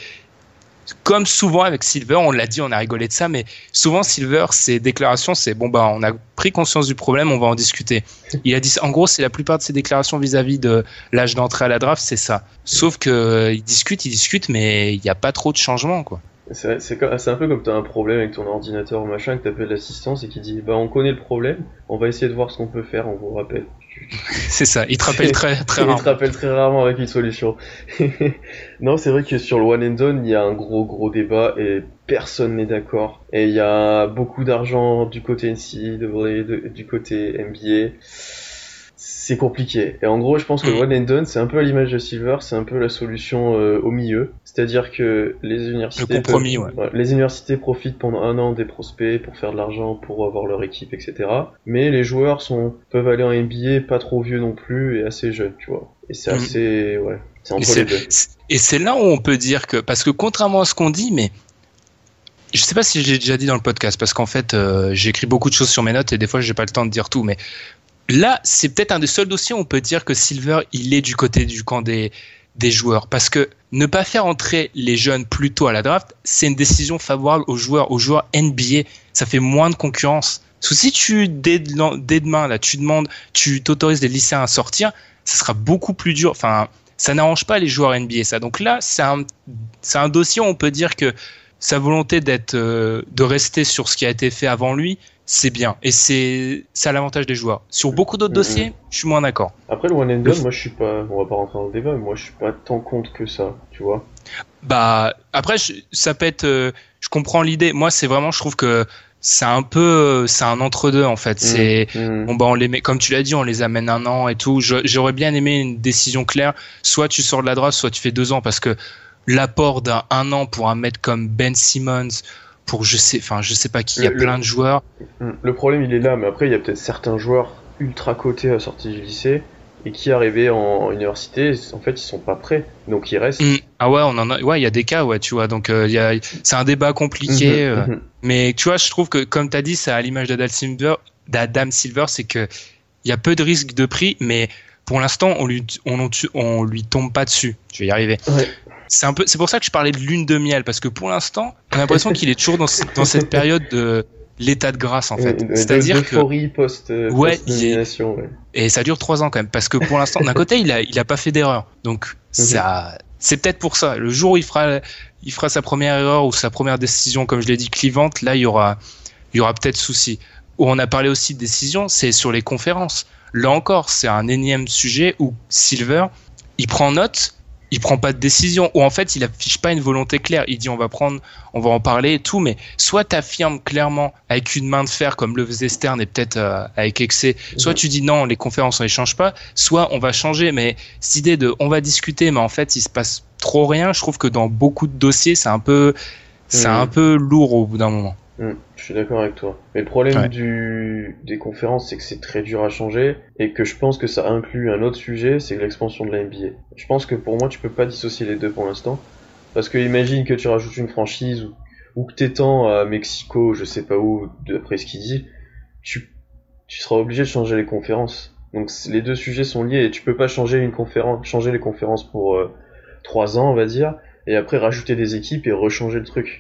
comme souvent avec Silver, on l'a dit, on a rigolé de ça, mais souvent Silver, ses déclarations, c'est bon bah on a pris conscience du problème, on va en discuter. Il a dit, en gros, c'est la plupart de ses déclarations vis-à-vis de l'âge d'entrée à la draft, c'est ça. Sauf que il discute, il discute, mais il n'y a pas trop de changement, quoi. C'est, c'est, c'est un peu comme t'as un problème avec ton ordinateur ou machin, que t'appelles l'assistance et qui dit bah on connaît le problème, on va essayer de voir ce qu'on peut faire, on vous rappelle. C'est ça, il te rappelle très, très rarement. Il te rappelle très rarement avec une solution. Non, c'est vrai que sur le one and done, il y a un gros gros débat et personne n'est d'accord. Et il y a beaucoup d'argent du côté N C A A, du côté N B A. C'est compliqué. Et en gros, je pense que le one and done, c'est un peu à l'image de Silver, c'est un peu la solution euh, au milieu. C'est-à-dire que les universités, le compromis, peuvent, ouais. Ouais, les universités profitent pendant un an des prospects pour faire de l'argent, pour avoir leur équipe, et cetera. Mais les joueurs sont peuvent aller en N B A, pas trop vieux non plus et assez jeunes, tu vois. Et c'est assez, mmh. ouais, c'est entre et c'est, les deux. Et c'est là où on peut dire que, parce que contrairement à ce qu'on dit, mais je sais pas si je l'ai déjà dit dans le podcast, parce qu'en fait, euh, j'écris beaucoup de choses sur mes notes et des fois, j'ai pas le temps de dire tout, mais là, c'est peut-être un des seuls dossiers où on peut dire que Silver, il est du côté du camp des, des joueurs. Parce que ne pas faire entrer les jeunes plus tôt à la draft, c'est une décision favorable aux joueurs, aux joueurs N B A. Ça fait moins de concurrence. Parce que si tu, dès, dès demain, là, tu demandes, tu t'autorises les lycéens à sortir, ça sera beaucoup plus dur. Enfin, ça n'arrange pas les joueurs N B A, ça. Donc là, c'est un, c'est un dossier où on peut dire que sa volonté d'être, euh, de rester sur ce qui a été fait avant lui, c'est bien. Et c'est, c'est à l'avantage des joueurs. Sur beaucoup d'autres mmh. dossiers, je suis moins d'accord. Après, le one and done, moi, je suis pas, on va pas rentrer dans le débat, mais moi, je suis pas tant contre que ça, tu vois. Bah, après, je, ça peut être, euh, je comprends l'idée. Moi, c'est vraiment, je trouve que c'est un peu, c'est un entre-deux, en fait. Mmh. C'est, mmh. bon, bah, on les met, comme tu l'as dit, on les amène un an et tout. Je, j'aurais bien aimé une décision claire. Soit tu sors de la draft, soit tu fais deux ans, parce que l'apport d'un un an pour un mec comme Ben Simmons, pour je sais, enfin je sais pas qui, il y a le, plein de joueurs. Le problème il est là, mais après il y a peut-être certains joueurs ultra cotés à la sortie du lycée et qui arrivaient en, en université, en fait ils sont pas prêts, donc ils restent. Mmh. Ah ouais, on en a, ouais il y a des cas, ouais tu vois, donc il euh, y a, c'est un débat compliqué, mmh, euh, mmh. mais tu vois je trouve que comme t'as dit, c'est à l'image d'Adam Silver, d'Adam Silver, c'est que il y a peu de risques de prix, mais pour l'instant on lui, on, on lui tombe pas dessus. Je vais y arriver. Ouais. C'est un peu, c'est pour ça que je parlais de lune de miel, parce que pour l'instant, on a l'impression qu'il est toujours dans, dans cette période de l'état de grâce, en fait. De, C'est-à-dire de, que post, euh, ouais, post-nomination, ouais. Et ça dure trois ans quand même, parce que pour l'instant, d'un côté, il a, il a pas fait d'erreur, donc mm-hmm. ça, c'est peut-être pour ça. Le jour où il fera, il fera sa première erreur ou sa première décision, comme je l'ai dit, clivante, là, il y aura, il y aura peut-être souci. Où on a parlé aussi de décision, c'est sur les conférences. Là encore, c'est un énième sujet où Silver, il prend note. il prend pas de décision, ou en fait il affiche pas une volonté claire. Il dit on va prendre, on va en parler et tout, mais soit t'affirmes clairement avec une main de fer comme le faisait Stern et peut-être euh, avec excès, soit tu dis non, les conférences on les change pas, soit on va changer. Mais cette idée de on va discuter, mais en fait il se passe trop rien, je trouve que dans beaucoup de dossiers c'est un peu, c'est mmh. un peu lourd au bout d'un moment. Mmh, je suis d'accord avec toi. Mais le problème ouais. du des conférences, c'est que c'est très dur à changer et que je pense que ça inclut un autre sujet, c'est l'expansion de la N B A. Je pense que pour moi, tu peux pas dissocier les deux pour l'instant, parce que imagine que tu rajoutes une franchise ou, ou que t'étends à Mexico, je sais pas où, d'après ce qu'il dit, tu tu seras obligé de changer les conférences. Donc les deux sujets sont liés et tu peux pas changer une conférence, changer les conférences pour euh, trois ans, on va dire, et après rajouter des équipes et rechanger le truc.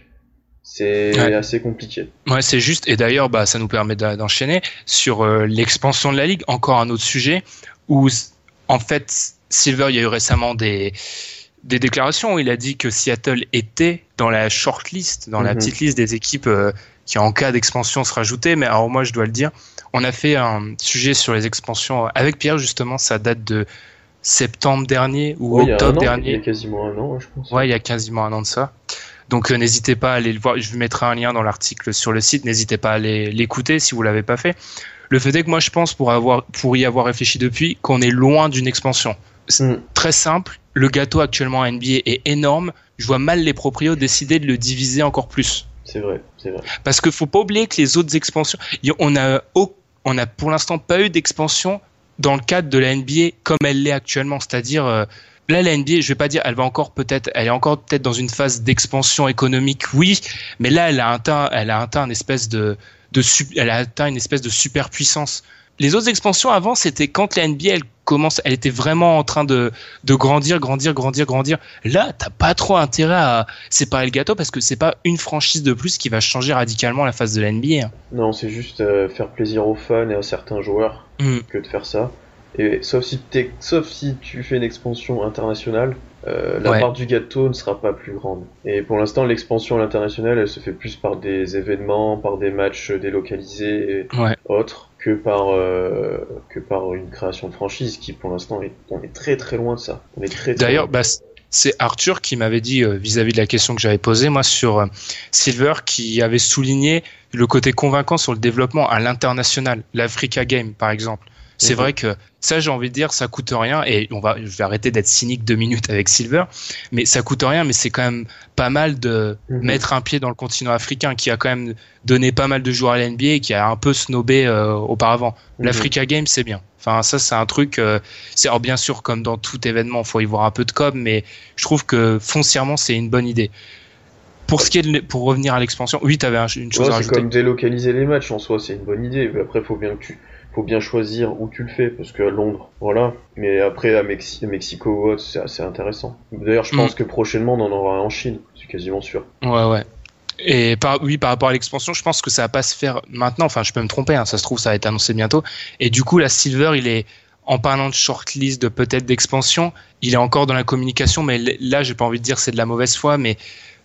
C'est ouais. assez compliqué. Ouais, c'est juste. Et d'ailleurs, bah, ça nous permet d'enchaîner sur euh, l'expansion de la ligue. Encore un autre sujet où, en fait, Silver, il y a eu récemment des des déclarations où il a dit que Seattle était dans la shortlist, dans mm-hmm. la petite liste des équipes euh, qui, en cas d'expansion, se rajoutaient. Mais alors, moi, je dois le dire, on a fait un sujet sur les expansions avec Pierre. Justement, ça date de septembre dernier ou ouais, octobre il y a un an, dernier. Il y a quasiment un an, je pense. Ouais, il y a quasiment un an de ça. Donc euh, n'hésitez pas à aller le voir, je vous mettrai un lien dans l'article sur le site, n'hésitez pas à aller l'écouter si vous l'avez pas fait. Le fait est que moi je pense, pour avoir pour y avoir réfléchi depuis, qu'on est loin d'une expansion. C'est mm. très simple, le gâteau actuellement à N B A est énorme, je vois mal les proprios décider de le diviser encore plus. C'est vrai, c'est vrai. Parce qu'il faut pas oublier que les autres expansions, on a on a pour l'instant pas eu d'expansion dans le cadre de la N B A comme elle l'est actuellement, c'est-à-dire euh, là, la N B A, je vais pas dire, elle va encore peut-être, elle est encore peut-être dans une phase d'expansion économique, oui, mais là, elle a atteint, elle a atteint une espèce de, de, elle a atteint une espèce de superpuissance. Les autres expansions avant, c'était quand la N B A, elle commence, elle était vraiment en train de, de grandir, grandir, grandir, grandir. Là, t'as pas trop intérêt à séparer le gâteau parce que c'est pas une franchise de plus qui va changer radicalement la phase de la N B A. Non, c'est juste euh, faire plaisir aux fans et à certains joueurs mm. que de faire ça. Et sauf si t'es, sauf si tu fais une expansion internationale, euh, la ouais. part du gâteau ne sera pas plus grande. Et pour l'instant, l'expansion à l'international, elle se fait plus par des événements, par des matchs délocalisés et ouais. autres, que par euh, que par une création de franchise qui, pour l'instant, est, on est très très loin de ça. On est très, très D'ailleurs, loin. bah, c'est Arthur qui m'avait dit euh, vis-à-vis de la question que j'avais posée moi sur euh, Silver, qui avait souligné le côté convaincant sur le développement à l'international, l'Africa Game par exemple. C'est mmh. vrai que ça, j'ai envie de dire, ça coûte rien, et on va, je vais arrêter d'être cynique deux minutes avec Silver, mais ça coûte rien, mais c'est quand même pas mal de mmh. mettre un pied dans le continent africain, qui a quand même donné pas mal de joueurs à la N B A et qui a un peu snobé euh, auparavant. Mmh. L'Africa Game, c'est bien. Enfin, ça, c'est un truc, euh, c'est, alors bien sûr, comme dans tout événement, faut y voir un peu de com, mais je trouve que foncièrement, c'est une bonne idée. Pour ce qui est de, pour revenir à l'expansion, oui, t'avais une chose ouais, à rajouter. C'est comme délocaliser les matchs, en soi, c'est une bonne idée, mais après, faut bien que tu, faut bien choisir où tu le fais, parce qu'à Londres, voilà. Mais après, à, Mexi- à Mexico ou autre, c'est assez intéressant. D'ailleurs, je pense mmh. que prochainement, on en aura un en Chine, c'est quasiment sûr. Ouais, ouais. Et par, oui, par rapport à l'expansion, je pense que ça va pas se faire maintenant. Enfin, je peux me tromper, hein, ça se trouve, ça va être annoncé bientôt. Et du coup, la Silver, il est, en parlant de shortlist, de peut-être d'expansion, il est encore dans la communication, mais là, j'ai pas envie de dire c'est de la mauvaise foi, mais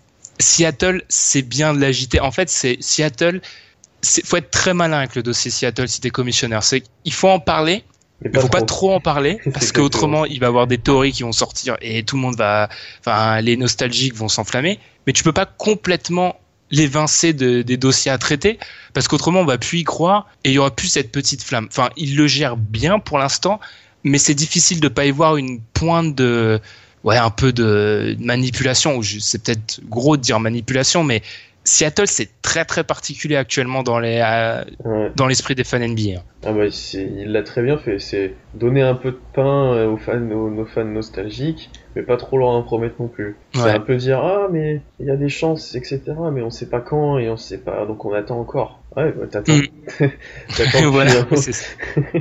Seattle, c'est bien de l'agiter. En fait, c'est Seattle. Il faut être très malin avec le dossier Seattle si t'es commissionnaire. C'est, il faut en parler, mais il faut pas trop en parler, parce qu'autrement, il va y avoir des théories qui vont sortir et tout le monde va, enfin, les nostalgiques vont s'enflammer. Mais tu peux pas complètement l'évincer de, des dossiers à traiter, parce qu'autrement, on va plus y croire et il y aura plus cette petite flamme. Enfin, il le gère bien pour l'instant, mais c'est difficile de pas y voir une pointe de, ouais, un peu de manipulation, ou c'est peut-être gros de dire manipulation, mais Seattle, c'est très très particulier actuellement dans les euh, ouais. dans l'esprit des fans N B A. Ah bah c'est, il l'a très bien fait, c'est donner un peu de pain aux fans, aux, nos fans nostalgiques, mais pas trop leur en promettre non plus. Ouais. C'est un peu dire ah mais il y a des chances, et cetera. Mais on sait pas quand et on sait pas, donc on attend encore. Ouais, bah t'attends. Mm. t'attends voilà, c'est ça.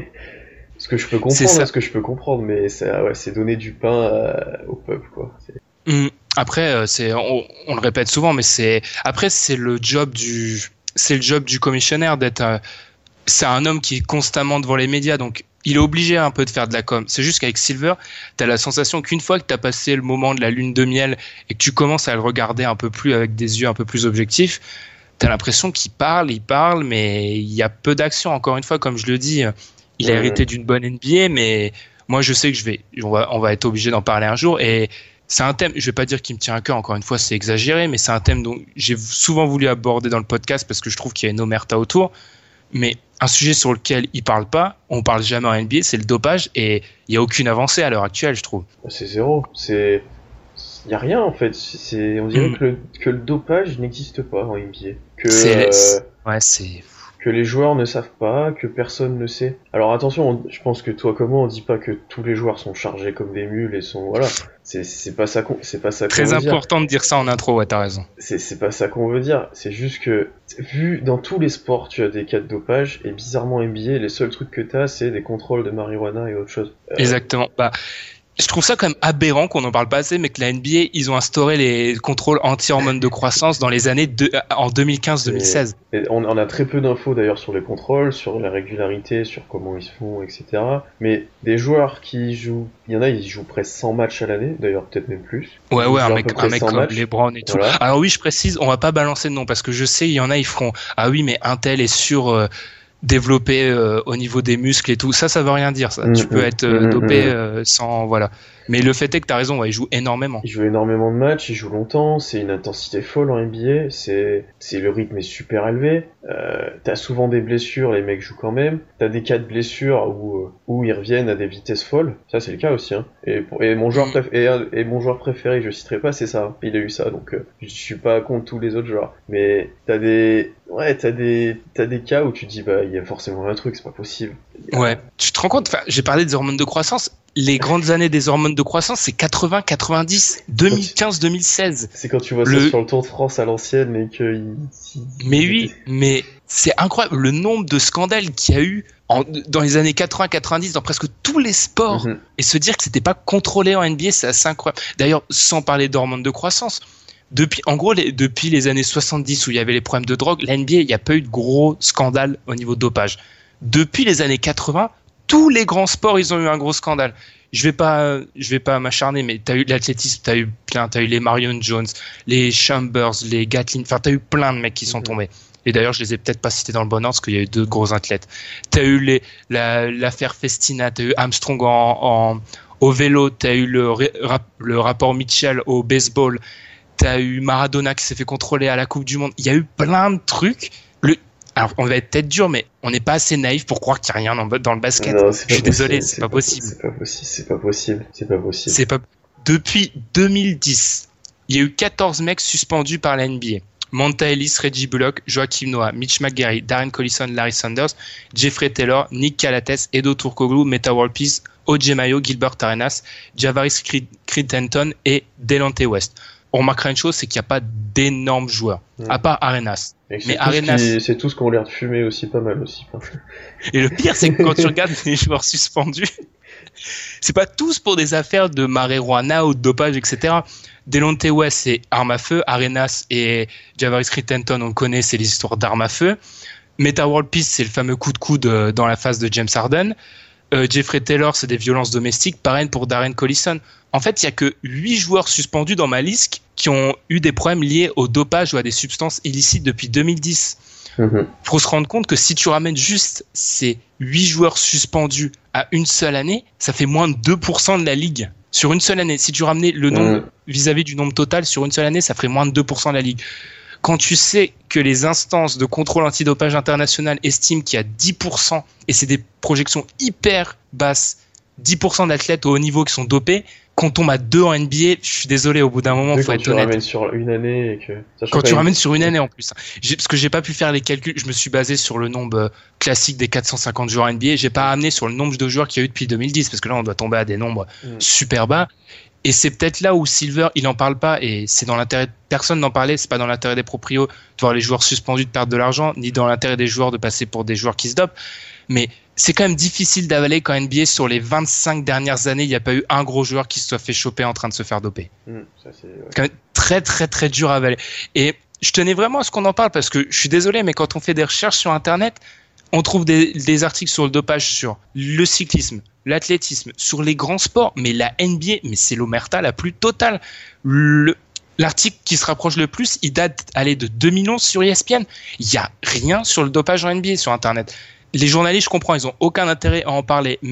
Ce que je peux comprendre, ce que je peux comprendre, mais c'est ouais, c'est donner du pain à, au peuple quoi. C'est... Mm. Après, c'est, on, on le répète souvent, mais c'est après c'est le job du, c'est le job du commissionnaire d'être, euh, c'est un homme qui est constamment devant les médias, donc il est obligé un peu de faire de la com. C'est juste qu'avec Silver, t'as la sensation qu'une fois que t'as passé le moment de la lune de miel et que tu commences à le regarder un peu plus avec des yeux un peu plus objectifs, t'as l'impression qu'il parle, il parle, mais il y a peu d'action. Encore une fois, comme je le dis, il a ouais. hérité d'une bonne N B A, mais moi je sais que je vais, on va, on va être obligé d'en parler un jour et c'est un thème, je vais pas dire qu'il me tient à cœur, encore une fois, c'est exagéré, mais c'est un thème dont j'ai souvent voulu aborder dans le podcast parce que je trouve qu'il y a une omerta autour. Mais un sujet sur lequel il parle pas, on parle jamais en N B A, c'est le dopage, et il y a aucune avancée à l'heure actuelle, je trouve. C'est zéro. C'est, il y a rien en fait. C'est, on dirait mmh. que, le, que le dopage n'existe pas en N B A. Que, c'est, euh, ouais, c'est. Que les joueurs ne savent pas, que personne ne sait. Alors attention, on, je pense que toi comme moi, on dit pas que tous les joueurs sont chargés comme des mules et sont voilà. C'est c'est pas ça qu'on c'est pas ça qu'on Très veut important dire. de dire ça en intro, ouais, t'as raison. C'est c'est pas ça qu'on veut dire. C'est juste que vu dans tous les sports, tu as des cas de dopage et bizarrement en N B A, les seuls trucs que t'as, c'est des contrôles de marijuana et autre chose. Euh... Exactement. Bah. Je trouve ça quand même aberrant qu'on en parle pas assez, mais que la N B A, ils ont instauré les contrôles anti-hormones de croissance dans les années de, en deux mille quinze deux mille seize. Et, et on, on a très peu d'infos d'ailleurs sur les contrôles, sur la régularité, sur comment ils se font, et cetera. Mais des joueurs qui jouent, il y en a, ils jouent presque cent matchs à l'année, d'ailleurs peut-être même plus. Ouais, ouais, un mec, un mec comme matchs. LeBron et tout. Voilà. Alors oui, je précise, on va pas balancer de nom, parce que je sais, il y en a, ils feront, ah oui, mais un tel est sur... Euh, développé euh, au niveau des muscles et tout, ça ça veut rien dire ça. Mmh, tu peux être euh, mmh, dopé euh, sans voilà. Mais le fait est que t'as raison, ouais, il joue énormément. Il joue énormément de matchs, il joue longtemps, c'est une intensité folle en N B A, c'est c'est le rythme est super élevé. Euh, t'as souvent des blessures, les mecs jouent quand même. T'as des cas de blessures où où ils reviennent à des vitesses folles. Ça c'est le cas aussi hein. Et pour, et mon joueur préf- et, et mon joueur préféré, je citerai pas, c'est ça. Il a eu ça donc euh, je suis pas contre tous les autres joueurs. Mais t'as des ouais, t'as des t'as des cas où tu te dis bah il y a forcément un truc, c'est pas possible. Ouais, tu te rends compte, enfin, j'ai parlé des hormones de croissance, les grandes années des hormones de croissance, c'est quatre-vingts quatre-vingt-dix, deux mille quinze deux mille seize. C'est quand tu vois le... ça sur le Tour de France à l'ancienne et que il... Mais oui, mais c'est incroyable le nombre de scandales qu'il y a eu en, dans les années quatre-vingts quatre-vingt-dix dans presque tous les sports mm-hmm. et se dire que c'était pas contrôlé en N B A, c'est assez incroyable. D'ailleurs, sans parler d'hormones de croissance, Depuis, en gros, les, depuis les années soixante-dix où il y avait les problèmes de drogue, la N B A, il n'y a pas eu de gros scandale au niveau de dopage. Depuis les années quatre-vingts, tous les grands sports, ils ont eu un gros scandale. Je vais pas, je vais pas m'acharner, mais t'as eu l'athlétisme, t'as eu plein, t'as eu les Marion Jones, les Chambers, les Gatlin, enfin t'as eu plein de mecs qui sont tombés. Et d'ailleurs, je les ai peut-être pas cités dans le bon ordre parce qu'il y a eu deux gros athlètes. T'as eu les, la, l'affaire Festina, t'as eu Armstrong en, en, au vélo, t'as eu le, le rapport Mitchell au baseball. T'as eu Maradona qui s'est fait contrôler à la Coupe du Monde. Il y a eu plein de trucs. Le... Alors, on va être peut-être dur, mais on n'est pas assez naïf pour croire qu'il n'y a rien dans le basket. Non, je suis désolé, c'est, c'est pas possible. C'est pas possible, c'est pas possible, c'est pas possible. C'est pas... Depuis deux mille dix, il y a eu quatorze mecs suspendus par la N B A. Monta Ellis, Reggie Bullock, Joachim Noah, Mitch McGary, Darren Collison, Larry Sanders, Jeffrey Taylor, Nick Calates, Edo Turkoglu, Metta World Peace, O J Mayo, Gilbert Arenas, Javaris Crittenton et Delonte West. On remarquera une chose, c'est qu'il n'y a pas d'énormes joueurs, mmh. à part Arenas. Mais c'est, Arenas... Qui, c'est tous qui ont l'air de fumer aussi pas mal aussi. Et le pire, c'est que quand tu regardes les joueurs suspendus, c'est pas tous pour des affaires de marijuana ou de dopage, et cetera. Delonte West, c'est arme à feu. Arenas et Javaris Crittenton, on le connaît, c'est les histoires d'armes à feu. Metta World Peace, c'est le fameux coup de coude dans la face de James Harden. Euh, Jeffrey Taylor, c'est des violences domestiques. Pareil pour Darren Collison. En fait, il y a que huit joueurs suspendus dans ma liste qui ont eu des problèmes liés au dopage ou à des substances illicites depuis deux mille dix. Mm-hmm. Faut se rendre compte que si tu ramènes juste ces huit joueurs suspendus à une seule année, ça fait moins de deux pour cent de la ligue. Sur une seule année. Si tu ramenais le nombre mm. vis-à-vis du nombre total sur une seule année, ça ferait moins de deux pour cent de la ligue. Quand tu sais que les instances de contrôle antidopage international estiment qu'il y a dix pour cent, et c'est des projections hyper basses, dix pour cent d'athlètes au haut niveau qui sont dopés, quand on tombe à deux en N B A, je suis désolé, au bout d'un moment, il faut être honnête. Quand tu ramènes sur une année et que... Quand tu ramènes sur une année en plus. J'ai, parce que j'ai pas pu faire les calculs, je me suis basé sur le nombre classique des quatre cent cinquante joueurs N B A, j'ai pas ramené sur le nombre de joueurs qu'il y a eu depuis deux mille dix, parce que là, on doit tomber à des nombres mm. super bas. Et c'est peut-être là où Silver, il en parle pas, et c'est dans l'intérêt de personne d'en parler, c'est pas dans l'intérêt des proprios de voir les joueurs suspendus de perdre de l'argent, ni dans l'intérêt des joueurs de passer pour des joueurs qui se dopent. Mais c'est quand même difficile d'avaler qu'en N B A, sur les vingt-cinq dernières années, il n'y a pas eu un gros joueur qui se soit fait choper en train de se faire doper. Mmh, ça c'est, ouais. c'est quand même très très très dur à avaler. Et je tenais vraiment à ce qu'on en parle, parce que je suis désolé, mais quand on fait des recherches sur Internet, on trouve des, des articles sur le dopage sur le cyclisme, l'athlétisme, sur les grands sports, mais la N B A, mais c'est l'omerta la plus totale. Le, l'article qui se rapproche le plus, il date allez, de deux mille onze sur E S P N. Il n'y a rien sur le dopage en N B A sur Internet. Les journalistes, je comprends, ils n'ont aucun intérêt à en parler, mais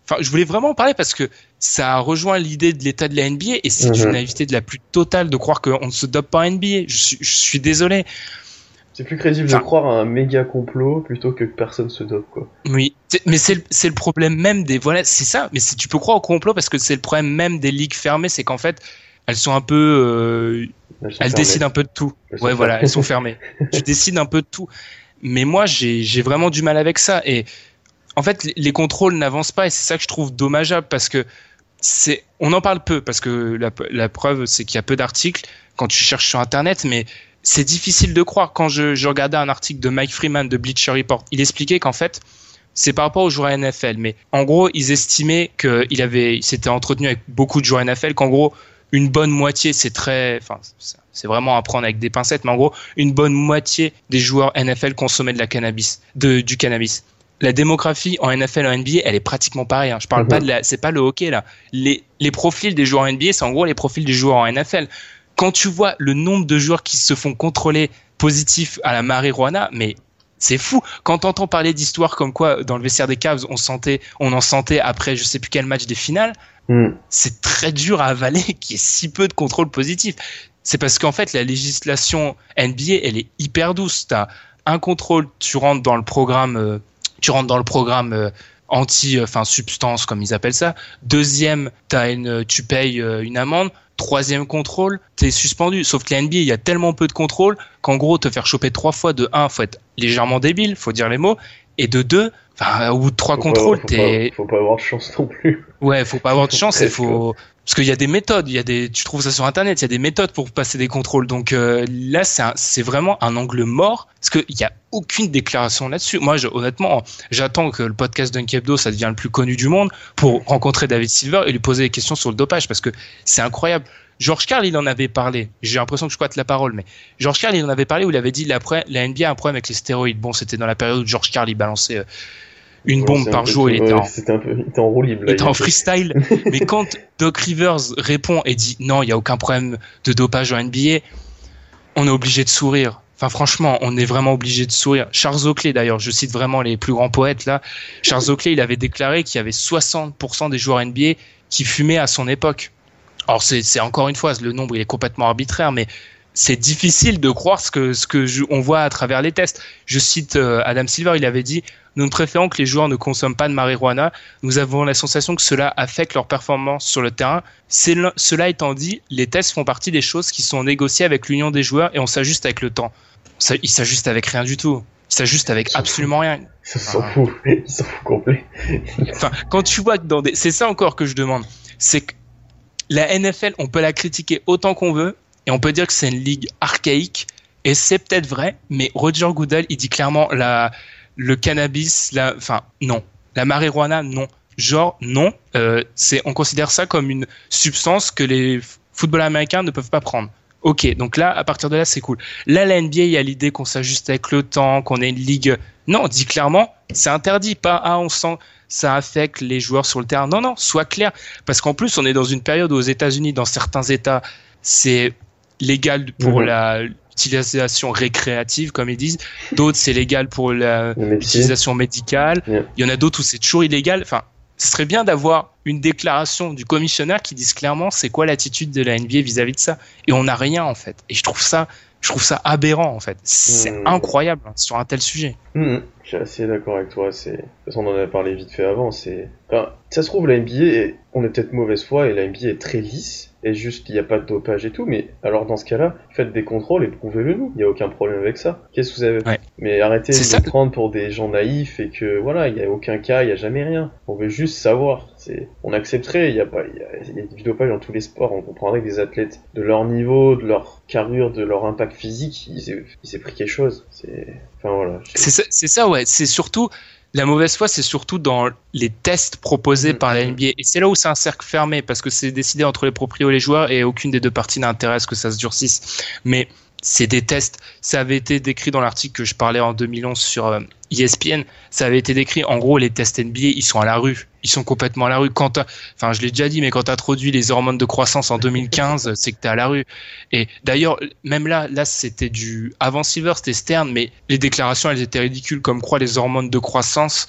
enfin, je voulais vraiment en parler parce que ça rejoint l'idée de l'état de la N B A et c'est Mm-hmm. une naïveté de la plus totale de croire qu'on ne se dope pas en N B A. Je suis, je suis désolé. C'est plus crédible Enfin, de croire à un méga complot plutôt que personne se dope, quoi. Oui, c'est, mais c'est le, c'est le problème même des voilà, c'est ça. Mais c'est, tu peux croire au complot parce que c'est le problème même des ligues fermées, c'est qu'en fait, elles sont un peu, euh, Elles, sont elles fermées. décident un peu de tout. Elles sont Ouais, voilà, fermées. elles sont fermées. Tu décides un peu de tout. Mais moi, j'ai, j'ai vraiment du mal avec ça. Et en fait, les, les contrôles n'avancent pas et c'est ça que je trouve dommageable parce que c'est, on en parle peu parce que la, la preuve, c'est qu'il y a peu d'articles quand tu cherches sur Internet, mais c'est difficile de croire. Quand je, je regardais un article de Mike Freeman de Bleacher Report, il expliquait qu'en fait, c'est par rapport aux joueurs N F L. Mais en gros, ils estimaient qu'il avait, il s'était entretenu avec beaucoup de joueurs N F L, qu'en gros, une bonne moitié, c'est très, enfin, c'est vraiment à prendre avec des pincettes, mais en gros, une bonne moitié des joueurs N F L consommaient de la cannabis, de, du cannabis. La démographie en N F L et en N B A, elle est pratiquement pareille. Hein. Je parle mm-hmm. pas de la, c'est pas le hockey là. Les, les profils des joueurs N B A, c'est en gros les profils des joueurs en N F L. Quand tu vois le nombre de joueurs qui se font contrôler positifs à la marijuana, mais c'est fou. Quand t'entends parler d'histoires comme quoi dans le vestiaire des Cavs, on sentait, on en sentait après je sais plus quel match des finales, mm. c'est très dur à avaler qu'il y ait si peu de contrôle positif. C'est parce qu'en fait la législation N B A, elle est hyper douce. T'as un contrôle, tu rentres dans le programme, euh, tu rentres dans le programme euh, anti, enfin euh, substance comme ils appellent ça. Deuxième, t'as une, tu payes euh, une amende. Troisième contrôle, t'es suspendu. Sauf que la N B A, il y a tellement peu de contrôle qu'en gros, te faire choper trois fois, de un, faut être légèrement débile, faut dire les mots, et de deux, enfin, au bout de trois faut contrôles, pas, faut t'es... Pas, faut pas avoir de chance non plus. Ouais, faut pas avoir de chance, il faut... Parce qu'il y a des méthodes, il y a des, tu trouves ça sur Internet, il y a des méthodes pour passer des contrôles. Donc euh, là, c'est, un, c'est vraiment un angle mort, parce qu'il y a aucune déclaration là-dessus. Moi, je, honnêtement, j'attends que le podcast Dunk Hebdo, ça devient le plus connu du monde, pour rencontrer David Silver et lui poser des questions sur le dopage, parce que c'est incroyable. George Karl, il en avait parlé. J'ai l'impression que je squatte la parole, mais George Karl, il en avait parlé où il avait dit la, la N B A a un problème avec les stéroïdes. Bon, c'était dans la période où George Karl, il balançait euh, une ouais, bombe par jour. Peu, il était ouais, en, c'était un peu, il était en roue libre. Là, il était en freestyle. Mais quand Doc Rivers répond et dit non, il n'y a aucun problème de dopage en N B A, on est obligé de sourire. Enfin, franchement, on est vraiment obligé de sourire. Charles Oakley, d'ailleurs, je cite vraiment les plus grands poètes là. Charles Oakley, il avait déclaré qu'il y avait soixante pour cent des joueurs N B A qui fumaient à son époque. Alors c'est, c'est encore une fois, le nombre il est complètement arbitraire, mais c'est difficile de croire ce que ce que je, on voit à travers les tests. Je cite euh, Adam Silver, il avait dit « Nous ne préférons que les joueurs ne consomment pas de marijuana. Nous avons la sensation que cela affecte leur performance sur le terrain. C'est le, cela étant dit, les tests font partie des choses qui sont négociées avec l'union des joueurs et on s'ajuste avec le temps. Ça, ils s'ajustent avec rien du tout. Ils s'ajustent avec absolument rien. » Ils s'en foutent. Ils s'en foutent complet. Enfin, quand tu vois que dans des... C'est ça encore que je demande. C'est que la N F L, on peut la critiquer autant qu'on veut et on peut dire que c'est une ligue archaïque et c'est peut-être vrai, mais Roger Goodell, il dit clairement la, le cannabis, la, enfin non, la marijuana, non. Genre non, euh, c'est, on considère ça comme une substance que les footballeurs américains ne peuvent pas prendre. Ok, donc là, à partir de là, c'est cool. Là, la N B A, il y a l'idée qu'on s'ajuste avec le temps, qu'on ait une ligue. Non, on dit clairement, c'est interdit, pas ah, on sent ça affecte les joueurs sur le terrain. Non, non, sois clair. Parce qu'en plus, on est dans une période où aux États-Unis, dans certains États, c'est légal pour mmh. la l'utilisation récréative, comme ils disent. D'autres, c'est légal pour la, l'utilisation médicale. Yeah. Il y en a d'autres où c'est toujours illégal. Enfin, ce serait bien d'avoir une déclaration du commissionnaire qui dise clairement c'est quoi l'attitude de la N B A vis-à-vis de ça. Et on n'a rien, en fait. Et je trouve ça, je trouve ça aberrant, en fait. C'est mmh. incroyable hein, sur un tel sujet. Mmh. Je suis assez d'accord avec toi. C'est... De toute façon, on en avait parlé vite fait avant. C'est... Enfin, ça se trouve, la N B A, est... on est peut-être mauvaise foi et la N B A est très lisse. Et juste, il n'y a pas de dopage et tout, mais alors dans ce cas-là, faites des contrôles et prouvez-le nous. Il n'y a aucun problème avec ça. Qu'est-ce que vous avez ouais. Mais arrêtez c'est de nous prendre pour des gens naïfs et que voilà, il n'y a aucun cas, il n'y a jamais rien. On veut juste savoir. C'est... On accepterait, il y a pas, il y a, il y a du dopage dans tous les sports. On comprendrait que des athlètes de leur niveau, de leur carrure, de leur impact physique, ils aient, ils aient pris quelque chose. C'est, enfin voilà. C'est ça, c'est ça, ouais. C'est surtout. La mauvaise foi, c'est surtout dans les tests proposés mmh. par la N B A. Et c'est là où c'est un cercle fermé, parce que c'est décidé entre les proprios et les joueurs, et aucune des deux parties n'intéresse que ça se durcisse. Mais c'est des tests. Ça avait été décrit dans l'article que je parlais en deux mille onze sur euh, E S P N. Ça avait été décrit, en gros, les tests N B A, ils sont à la rue. Ils sont complètement à la rue. Quand t'as, enfin, je l'ai déjà dit, mais quand t'as introduit les hormones de croissance en deux mille quinze, c'est que t'es à la rue. Et d'ailleurs, même là, là, c'était du, avant Silver, c'était Stern, mais les déclarations, elles étaient ridicules, comme quoi les hormones de croissance,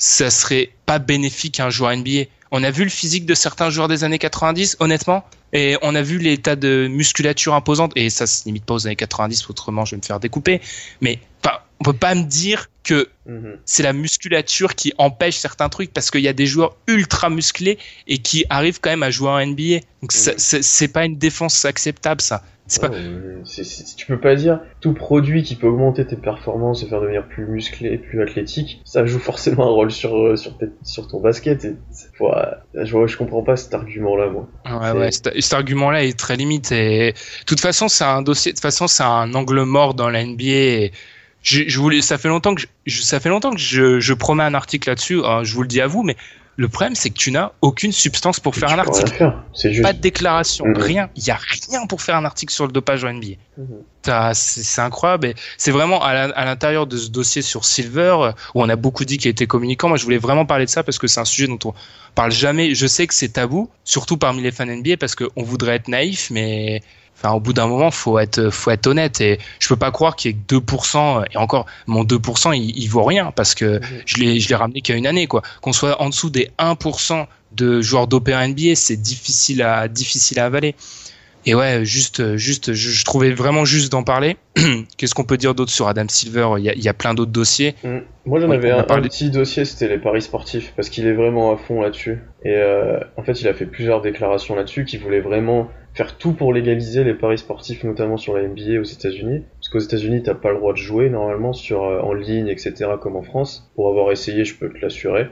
ça serait pas bénéfique à un joueur N B A. On a vu le physique de certains joueurs des années quatre-vingt-dix, honnêtement, et on a vu l'état de musculature imposante, et ça se limite pas aux années quatre-vingt-dix, autrement je vais me faire découper, mais pas, on peut pas me dire que mm-hmm. c'est la musculature qui empêche certains trucs, parce qu'il y a des joueurs ultra musclés et qui arrivent quand même à jouer en N B A. Donc mm-hmm. ça, c'est, c'est pas une défense acceptable, ça. C'est oh, pas... c'est, c'est, tu peux pas dire tout produit qui peut augmenter tes performances et faire devenir plus musclé, plus athlétique, ça joue forcément un rôle sur sur, sur ton basket. Et ouais, je, je comprends pas cet argument-là, moi. Ouais, c'est... ouais, cet, cet argument-là est très limite. Et de toute façon, c'est un dossier. De toute façon, c'est un angle mort dans la N B A. Et je, je voulais, ça fait longtemps que je, ça fait longtemps que je, je promets un article là-dessus. Alors, je vous le dis à vous, mais le problème, c'est que tu n'as aucune substance pour faire un article. Faire. C'est juste... Pas de déclaration, mmh. rien. Il y a rien pour faire un article sur le dopage en N B A. Mmh. T'as, c'est, c'est incroyable. Et c'est vraiment à, la, à l'intérieur de ce dossier sur Silver, où on a beaucoup dit qu'il était communicant. Moi, je voulais vraiment parler de ça parce que c'est un sujet dont on parle jamais. Je sais que c'est tabou, surtout parmi les fans N B A, parce qu'on voudrait être naïf, mais... Enfin, au bout d'un moment, faut être, faut être honnête, et je peux pas croire qu'il y ait que deux pour cent, et encore, mon deux pour cent, il, il vaut rien, parce que mmh. je l'ai, je l'ai ramené qu'à une année, quoi. Qu'on soit en dessous des un pour cent de joueurs dopés en N B A, c'est difficile à, difficile à avaler. Et ouais, juste, juste, je, je trouvais vraiment juste d'en parler. Qu'est-ce qu'on peut dire d'autre sur Adam Silver? Il y a, il y a plein d'autres dossiers. Mmh. Moi, j'en ouais, avais un, un petit dossier, c'était les paris sportifs, parce qu'il est vraiment à fond là-dessus. Et euh, en fait, il a fait plusieurs déclarations là-dessus, qu'il voulait vraiment faire tout pour légaliser les paris sportifs, notamment sur la N B A aux États-Unis. Parce qu'aux États-Unis, t'as pas le droit de jouer normalement sur euh, en ligne, et cetera, comme en France. Pour avoir essayé, je peux te l'assurer.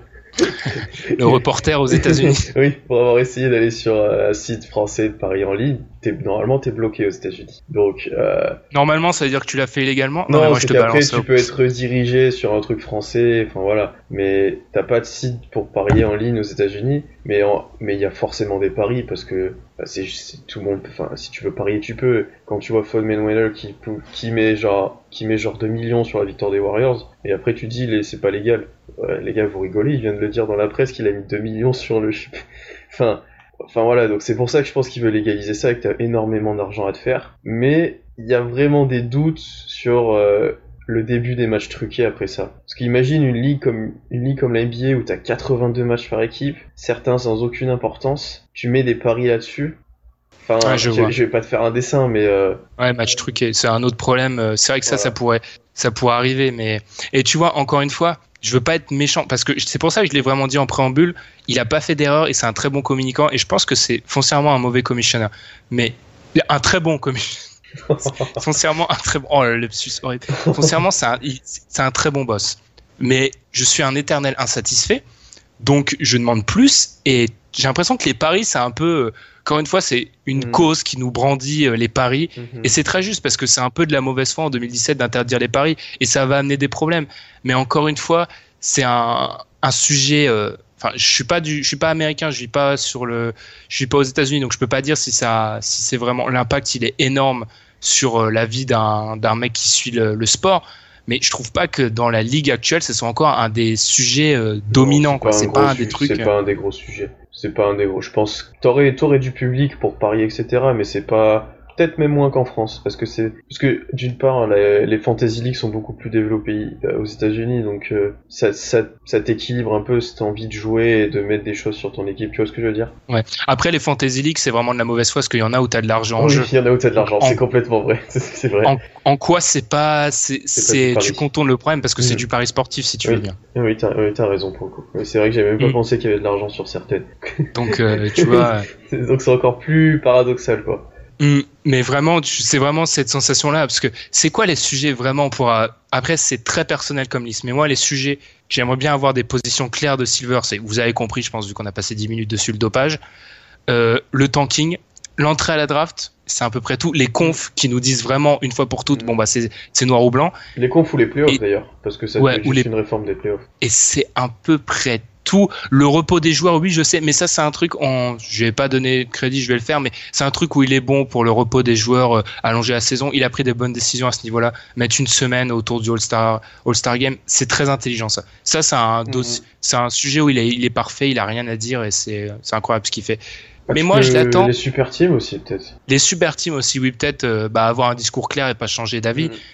Le reporter aux États-Unis. Oui, pour avoir essayé d'aller sur un site français de paris en ligne, t'es, normalement t'es bloqué aux États-Unis. Donc euh... normalement, ça veut dire que tu l'as fait illégalement. Non, non mais moi, c'est je te qu'après balance tu peux être redirigé sur un truc français. Enfin voilà, mais t'as pas de site pour parier en ligne aux États-Unis. Mais en... mais il y a forcément des paris parce que bah, c'est, c'est tout le monde. Enfin, si tu veux parier, tu peux. Quand tu vois Floyd Mayweather qui qui met genre qui met genre deux millions sur la victoire des Warriors, et après tu dis les, c'est pas légal. Ouais, les gars, vous rigolez, il vient de le dire dans la presse qu'il a mis deux millions sur le... enfin, enfin voilà, donc c'est pour ça que je pense qu'il veut légaliser ça et que t'as énormément d'argent à te faire. Mais il y a vraiment des doutes sur euh, le début des matchs truqués après ça. Parce qu'imagine une ligue comme une ligue comme la N B A où t'as quatre-vingt-deux matchs par équipe, certains sans aucune importance, tu mets des paris là-dessus. Enfin, ouais, je, je, je vais pas te faire un dessin, mais... Euh... Ouais, match truqué, c'est un autre problème. C'est vrai que ça, voilà. ça pourrait... ça pourrait arriver, mais... Et tu vois, encore une fois, je veux pas être méchant, parce que c'est pour ça que je l'ai vraiment dit en préambule, il a pas fait d'erreur et c'est un très bon communicant, et je pense que c'est foncièrement un mauvais commissionnaire, mais un très bon commissionnaire. Foncièrement un très bon... Oh, le lapsus horrible. Foncièrement, c'est un, c'est un très bon boss. Mais je suis un éternel insatisfait, donc je demande plus, et j'ai l'impression que les paris, c'est un peu... Encore une fois, c'est une mmh. cause qui nous brandit euh, les paris. Mmh. Et c'est très juste parce que c'est un peu de la mauvaise foi en deux mille dix-sept d'interdire les paris. Et ça va amener des problèmes. Mais encore une fois, c'est un, un sujet... Euh, enfin, je suis pas du, je suis pas américain, je vis pas sur le... Je suis pas aux États-Unis, donc je peux pas dire si, ça, si c'est vraiment... L'impact, il est énorme sur euh, la vie d'un, d'un mec qui suit le, le sport. Mais je trouve pas que dans la ligue actuelle, ce soit encore un des sujets euh, dominants. Non, c'est quoi. pas, c'est un, pas un su- des trucs... c'est pas un des gros sujets. C'est pas un des gros. Je pense que t'aurais, t'aurais du public pour parier, et cetera. Mais c'est pas. Peut-être même moins qu'en France, parce que c'est parce que d'une part la, les fantasy leagues sont beaucoup plus développées aux États-Unis, donc euh, ça, ça ça t'équilibre un peu si t'as envie de jouer et de mettre des choses sur ton équipe. Tu vois ce que je veux dire? Ouais. Après les fantasy leagues, c'est vraiment de la mauvaise foi, parce qu'il y en a où t'as de l'argent en oui, jeu. Il y en a où t'as de l'argent, en... c'est complètement vrai. c'est vrai. En, en quoi c'est pas c'est c'est, c'est pas tu contournes le problème parce que mmh. c'est du pari sportif si tu oui. veux bien. Oui, t'as oui, t'as raison pour le coup. Mais c'est vrai que j'avais même pas mmh. pensé qu'il y avait de l'argent sur certaines. Donc euh, tu vois. Donc c'est encore plus paradoxal quoi. Mmh, mais vraiment, c'est vraiment cette sensation-là, parce que c'est quoi les sujets vraiment pour... Euh, après, c'est très personnel comme liste, mais moi, les sujets, j'aimerais bien avoir des positions claires de Silver, c'est, vous avez compris, je pense, vu qu'on a passé dix minutes dessus, le dopage, euh, le tanking, l'entrée à la draft, c'est à peu près tout, les confs qui nous disent vraiment, une fois pour toutes, mmh. bon bah c'est, c'est noir ou blanc. Les confs ou les playoffs, et, d'ailleurs, parce que ça ouais, fait juste les... une réforme des playoffs. Et c'est à peu près tout. Le repos des joueurs, oui, je sais, mais ça, c'est un truc, on... je vais pas donner de crédit, je vais le faire, mais c'est un truc où il est bon pour le repos des joueurs, euh, allonger la saison. Il a pris des bonnes décisions à ce niveau-là. Mettre une semaine autour du All-Star, All-Star Game, c'est très intelligent, ça. Ça, c'est un, mm-hmm. dossier, c'est un sujet où il est, il est parfait, il a rien à dire et c'est, c'est incroyable ce qu'il fait. Ah, mais moi, je l'attends. Les super teams aussi, peut-être. Les super teams aussi, oui, peut-être, euh, bah, avoir un discours clair et pas changer d'avis. Mm-hmm.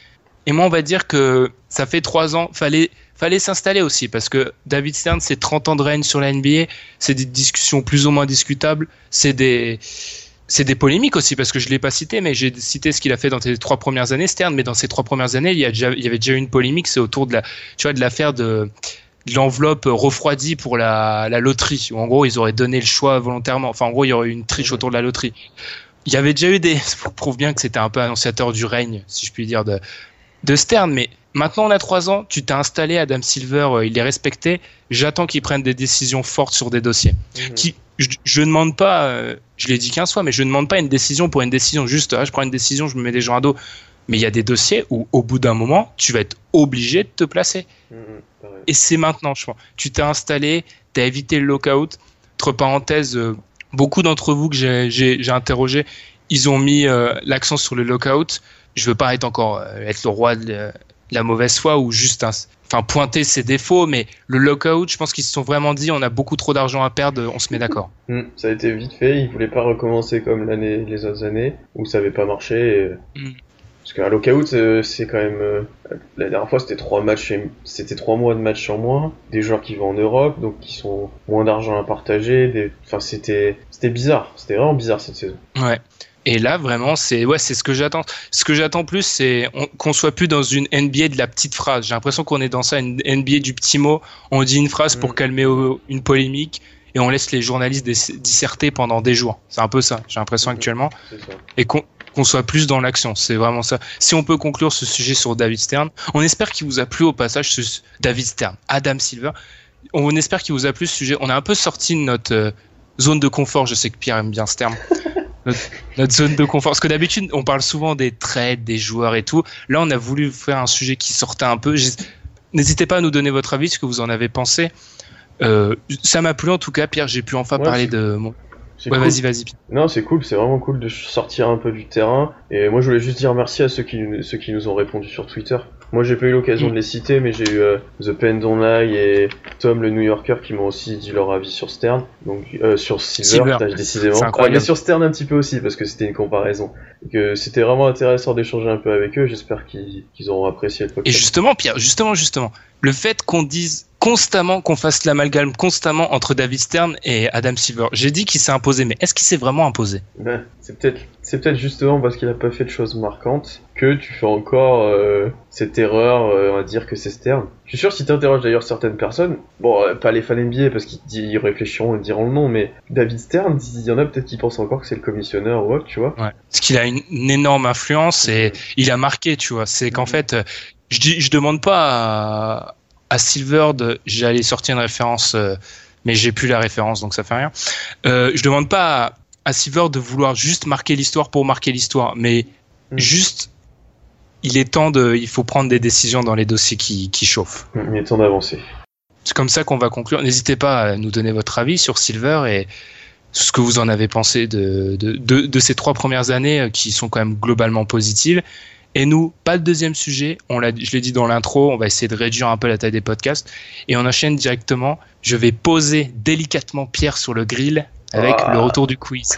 Et moi, on va dire que ça fait trois ans, fallait, fallait s'installer aussi, parce que David Stern, c'est trente ans de règne sur la N B A, c'est des discussions plus ou moins discutables, c'est des, c'est des polémiques aussi, parce que je l'ai pas cité, mais j'ai cité ce qu'il a fait dans les trois premières années, Stern, mais dans ces trois premières années, il y a déjà, il y avait déjà eu une polémique, c'est autour de la, tu vois, de l'affaire de, de l'enveloppe refroidie pour la, la loterie, où en gros, ils auraient donné le choix volontairement, enfin, en gros, il y aurait eu une triche autour de la loterie. Il y avait déjà eu des, ça prouve bien que c'était un peu annonciateur du règne, si je puis dire, de, de Stern, mais maintenant on a trois ans, tu t'es installé, Adam Silver, euh, il est respecté, j'attends qu'il prenne des décisions fortes sur des dossiers. Mmh. Qui, je, je ne demande pas, euh, je l'ai dit quinze fois, mais je ne demande pas une décision pour une décision, juste, ah, je prends une décision, je me mets des gens à dos. Mais il y a des dossiers où, au bout d'un moment, tu vas être obligé de te placer. Mmh, et c'est maintenant, je pense. Tu t'es installé, tu as évité le lockout. Entre parenthèses, euh, beaucoup d'entre vous que j'ai, j'ai, j'ai interrogé, ils ont mis euh, l'accent sur le lockout. Je veux pas être encore euh, être le roi de, de la mauvaise foi ou juste un, enfin pointer ses défauts, mais le lockout, je pense qu'ils se sont vraiment dit on a beaucoup trop d'argent à perdre, on se met d'accord. Mmh, ça a été vite fait, ils voulaient pas recommencer comme l'année, les autres années où ça avait pas marché. Et... Mmh. Parce qu'un lockout, euh, c'est quand même... Euh, la dernière fois, c'était trois matchs, et, c'était trois mois de matchs en moins, des joueurs qui vont en Europe, donc qui sont moins d'argent à partager. Des... Enfin, c'était, c'était bizarre. C'était vraiment bizarre cette saison. Ouais. Et là, vraiment, c'est, ouais, c'est ce que j'attends. Ce que j'attends plus, c'est on, qu'on soit plus dans une N B A de la petite phrase. J'ai l'impression qu'on est dans ça, une N B A du petit mot. On dit une phrase mmh. pour calmer au, une polémique et on laisse les journalistes disserter pendant des jours. C'est un peu ça, j'ai l'impression mmh. actuellement. C'est ça. Et qu'on qu'on soit plus dans l'action, c'est vraiment ça. Si on peut conclure ce sujet sur David Stern, on espère qu'il vous a plu au passage ce David Stern, Adam Silver. On espère qu'il vous a plu ce sujet. On a un peu sorti de notre euh, zone de confort. Je sais que Pierre aime bien ce terme. notre, notre zone de confort. Parce que d'habitude, on parle souvent des trades, des joueurs et tout. Là, on a voulu faire un sujet qui sortait un peu. N'hésitez pas à nous donner votre avis, ce que vous en avez pensé. Euh, ça m'a plu en tout cas, Pierre. J'ai pu enfin ouais, parler de mon. C'est ouais, cool. vas-y, vas-y. Non, c'est cool, c'est vraiment cool de sortir un peu du terrain. Et moi, je voulais juste dire merci à ceux qui, ceux qui nous ont répondu sur Twitter. Moi, j'ai pas eu l'occasion mmh. de les citer, mais j'ai eu euh, The Pen Don't Lie et Tom le New Yorker qui m'ont aussi dit leur avis sur Stern. Donc, euh, sur Silver, Silver. décidément. Ah, mais sur Stern un petit peu aussi, parce que c'était une comparaison. Et que c'était vraiment intéressant d'échanger un peu avec eux. J'espère qu'ils, qu'ils auront apprécié le podcast. Et justement, Pierre, justement, justement, le fait qu'on dise constamment, qu'on fasse l'amalgame constamment entre David Stern et Adam Silver. J'ai dit qu'il s'est imposé, mais est-ce qu'il s'est vraiment imposé ? Ben, c'est peut-être, c'est peut-être justement parce qu'il a pas fait de choses marquantes que tu fais encore euh, cette erreur euh, à dire que c'est Stern. Je suis sûr si t'interroges d'ailleurs certaines personnes, bon, euh, pas les fans N B A parce qu'ils ils réfléchiront et diront le nom, mais David Stern, il y en a peut-être qui pensent encore que c'est le commissionneur ou autre, tu vois. Ouais. Parce qu'il a une, une énorme influence et il a marqué, tu vois. C'est qu'en mmh. fait, je dis, je demande pas à à Silver, de, j'allais sortir une référence, euh, mais j'ai plus la référence, donc ça fait rien. Euh, je demande pas à, à Silver de vouloir juste marquer l'histoire pour marquer l'histoire, mais mmh. juste, il est temps de, il faut prendre des décisions dans les dossiers qui, qui chauffent. Il est temps d'avancer. C'est comme ça qu'on va conclure. N'hésitez pas à nous donner votre avis sur Silver et ce que vous en avez pensé de, de, de, de ces trois premières années qui sont quand même globalement positives. Et nous, pas de deuxième sujet, on l'a, je l'ai dit dans l'intro, on va essayer de réduire un peu la taille des podcasts, et on enchaîne directement. Je vais poser délicatement Pierre sur le grill avec ah. le retour du quiz.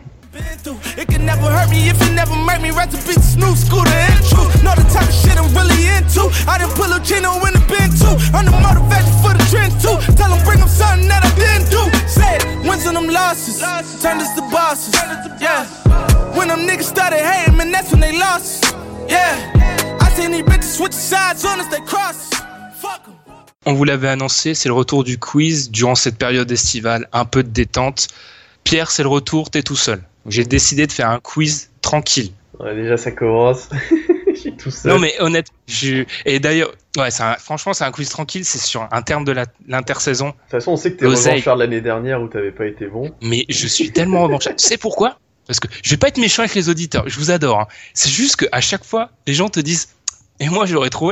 It can never hurt me if it never make me right to beat the snooze scooter and true. Know the type of shit I'm really into. I done put Lucino in the bin too. I'm the motivation for the trends too. Tell them bring them something that I didn't do. Say it, wins and them losses. Turned us to bosses. Yeah. When them niggas started hating, man, that's when they lost us. Yeah. I seen these bitches switch sides on us, they cross us. Fuck them. On vous l'avait annoncé, c'est le retour du quiz durant cette période estivale, un peu de détente. Pierre, c'est le retour, t'es tout seul. J'ai décidé de faire un quiz tranquille. Ouais, déjà ça commence. Je suis tout seul. Non mais honnêtement, je... et d'ailleurs, ouais, c'est un... franchement c'est un quiz tranquille, c'est sur un terme de la... l'intersaison. De toute façon, on sait que t'es revanchard l'année dernière où t'avais pas été bon. Mais je suis tellement revanchard. Tu sais pourquoi ? Parce que je vais pas être méchant avec les auditeurs, je vous adore. Hein. C'est juste qu'à chaque fois, les gens te disent « Et moi, je l'aurais trouvé !»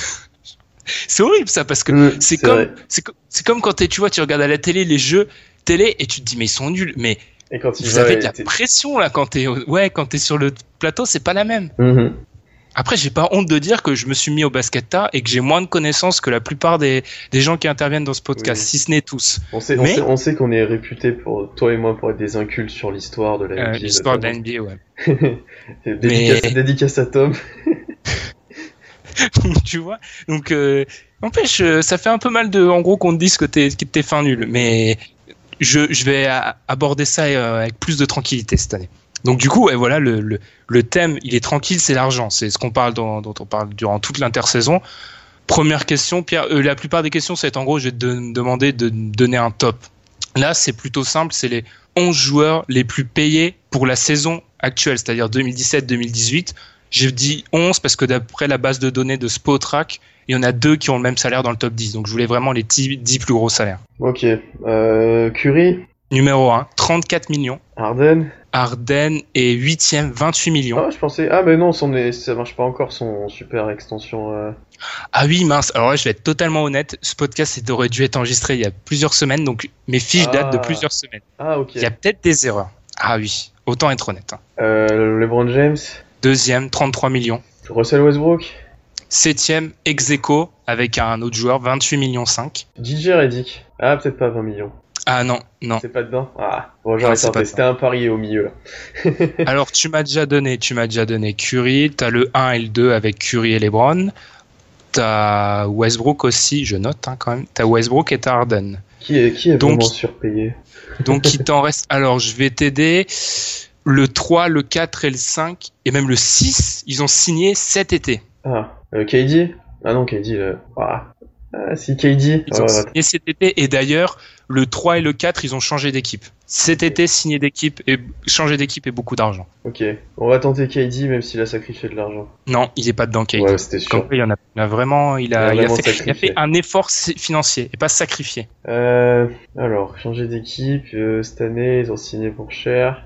C'est horrible ça, parce que mmh, c'est, c'est, comme, c'est, c'est comme quand t'es, tu vois, tu regardes à la télé les jeux télé et tu te dis « Mais ils sont nuls !» Mais et quand il vous avez de la t'es... pression là quand t'es, ouais, quand t'es sur le plateau, c'est pas la même. Mmh. Après, j'ai pas honte de dire que je me suis mis au basket tard et que j'ai moins de connaissances que la plupart des, des gens qui interviennent dans ce podcast, oui. Si ce n'est tous. On sait, Mais... on, sait, on sait qu'on est réputé pour, toi et moi, pour être des incultes sur l'histoire de la N B A. Euh, l'histoire de la N B A, ouais. dédicace, Mais... dédicace à Tom. Tu vois. Donc, euh, n'empêche, ça fait un peu mal de, en gros, qu'on te dise que t'es, que t'es fin nul. Mais je, je vais a- aborder ça avec plus de tranquillité cette année. Donc du coup, ouais, voilà, le, le, le thème, il est tranquille, c'est l'argent. C'est ce qu'on parle dans, dont on parle durant toute l'intersaison. Première question, Pierre. Euh, la plupart des questions, ça va être en gros, je vais te de, demander de donner un top. Là, c'est plutôt simple. C'est les onze joueurs les plus payés pour la saison actuelle, c'est-à-dire deux mille dix-sept deux mille dix-huit. J'ai dit onze parce que d'après la base de données de Spotrac, il y en a deux qui ont le même salaire dans le top dix. Donc je voulais vraiment les dix plus gros salaires. Ok. Euh, Curry. Numéro un, trente-quatre millions. Harden. Harden est huitième, vingt-huit millions. Ah, je pensais. Ah, mais non, son... ça marche pas encore son super extension. Euh... Ah oui, mince. Alors là, je vais être totalement honnête. Ce podcast il aurait dû être enregistré il y a plusieurs semaines, donc mes fiches ah. datent de plusieurs semaines. Ah, ok. Il y a peut-être des erreurs. Ah oui, autant être honnête. Hein. Euh, LeBron James. Deuxième, trente-trois millions. Russell Westbrook. Septième, ex-aequo avec un autre joueur, vingt-huit millions cinq. D J Redick. Ah, peut-être pas vingt millions. Ah non, non. C'est pas dedans. Ah, bon, j'aurais tenté. C'était un pari au milieu là. Alors tu m'as déjà donné, tu m'as déjà donné Curry. T'as le un et le deux avec Curry et LeBron. T'as Westbrook aussi, je note hein, quand même. T'as Westbrook et t'as Harden. Qui est qui est donc, vraiment surpayé. Donc il t'en reste. Alors je vais t'aider. Le trois, le quatre et le cinq et même le six, ils ont signé cet été. Ah, euh, K D. Ah non, K D. Là. Ah. Ah, si, K D. Ils ont oh, signé cet été, et d'ailleurs, le trois et le quatre, ils ont changé d'équipe. Cet été, signé d'équipe, et changer d'équipe et beaucoup d'argent. Ok, on va tenter K D, même s'il a sacrifié de l'argent. Non, il est pas dedans, K D. Ouais, c'était sûr. Comme il, en a, il a vraiment, il a, il a, il vraiment a, fait, il a fait un effort financier, et pas sacrifié. Euh, alors, changer d'équipe, euh, cette année, ils ont signé pour cher.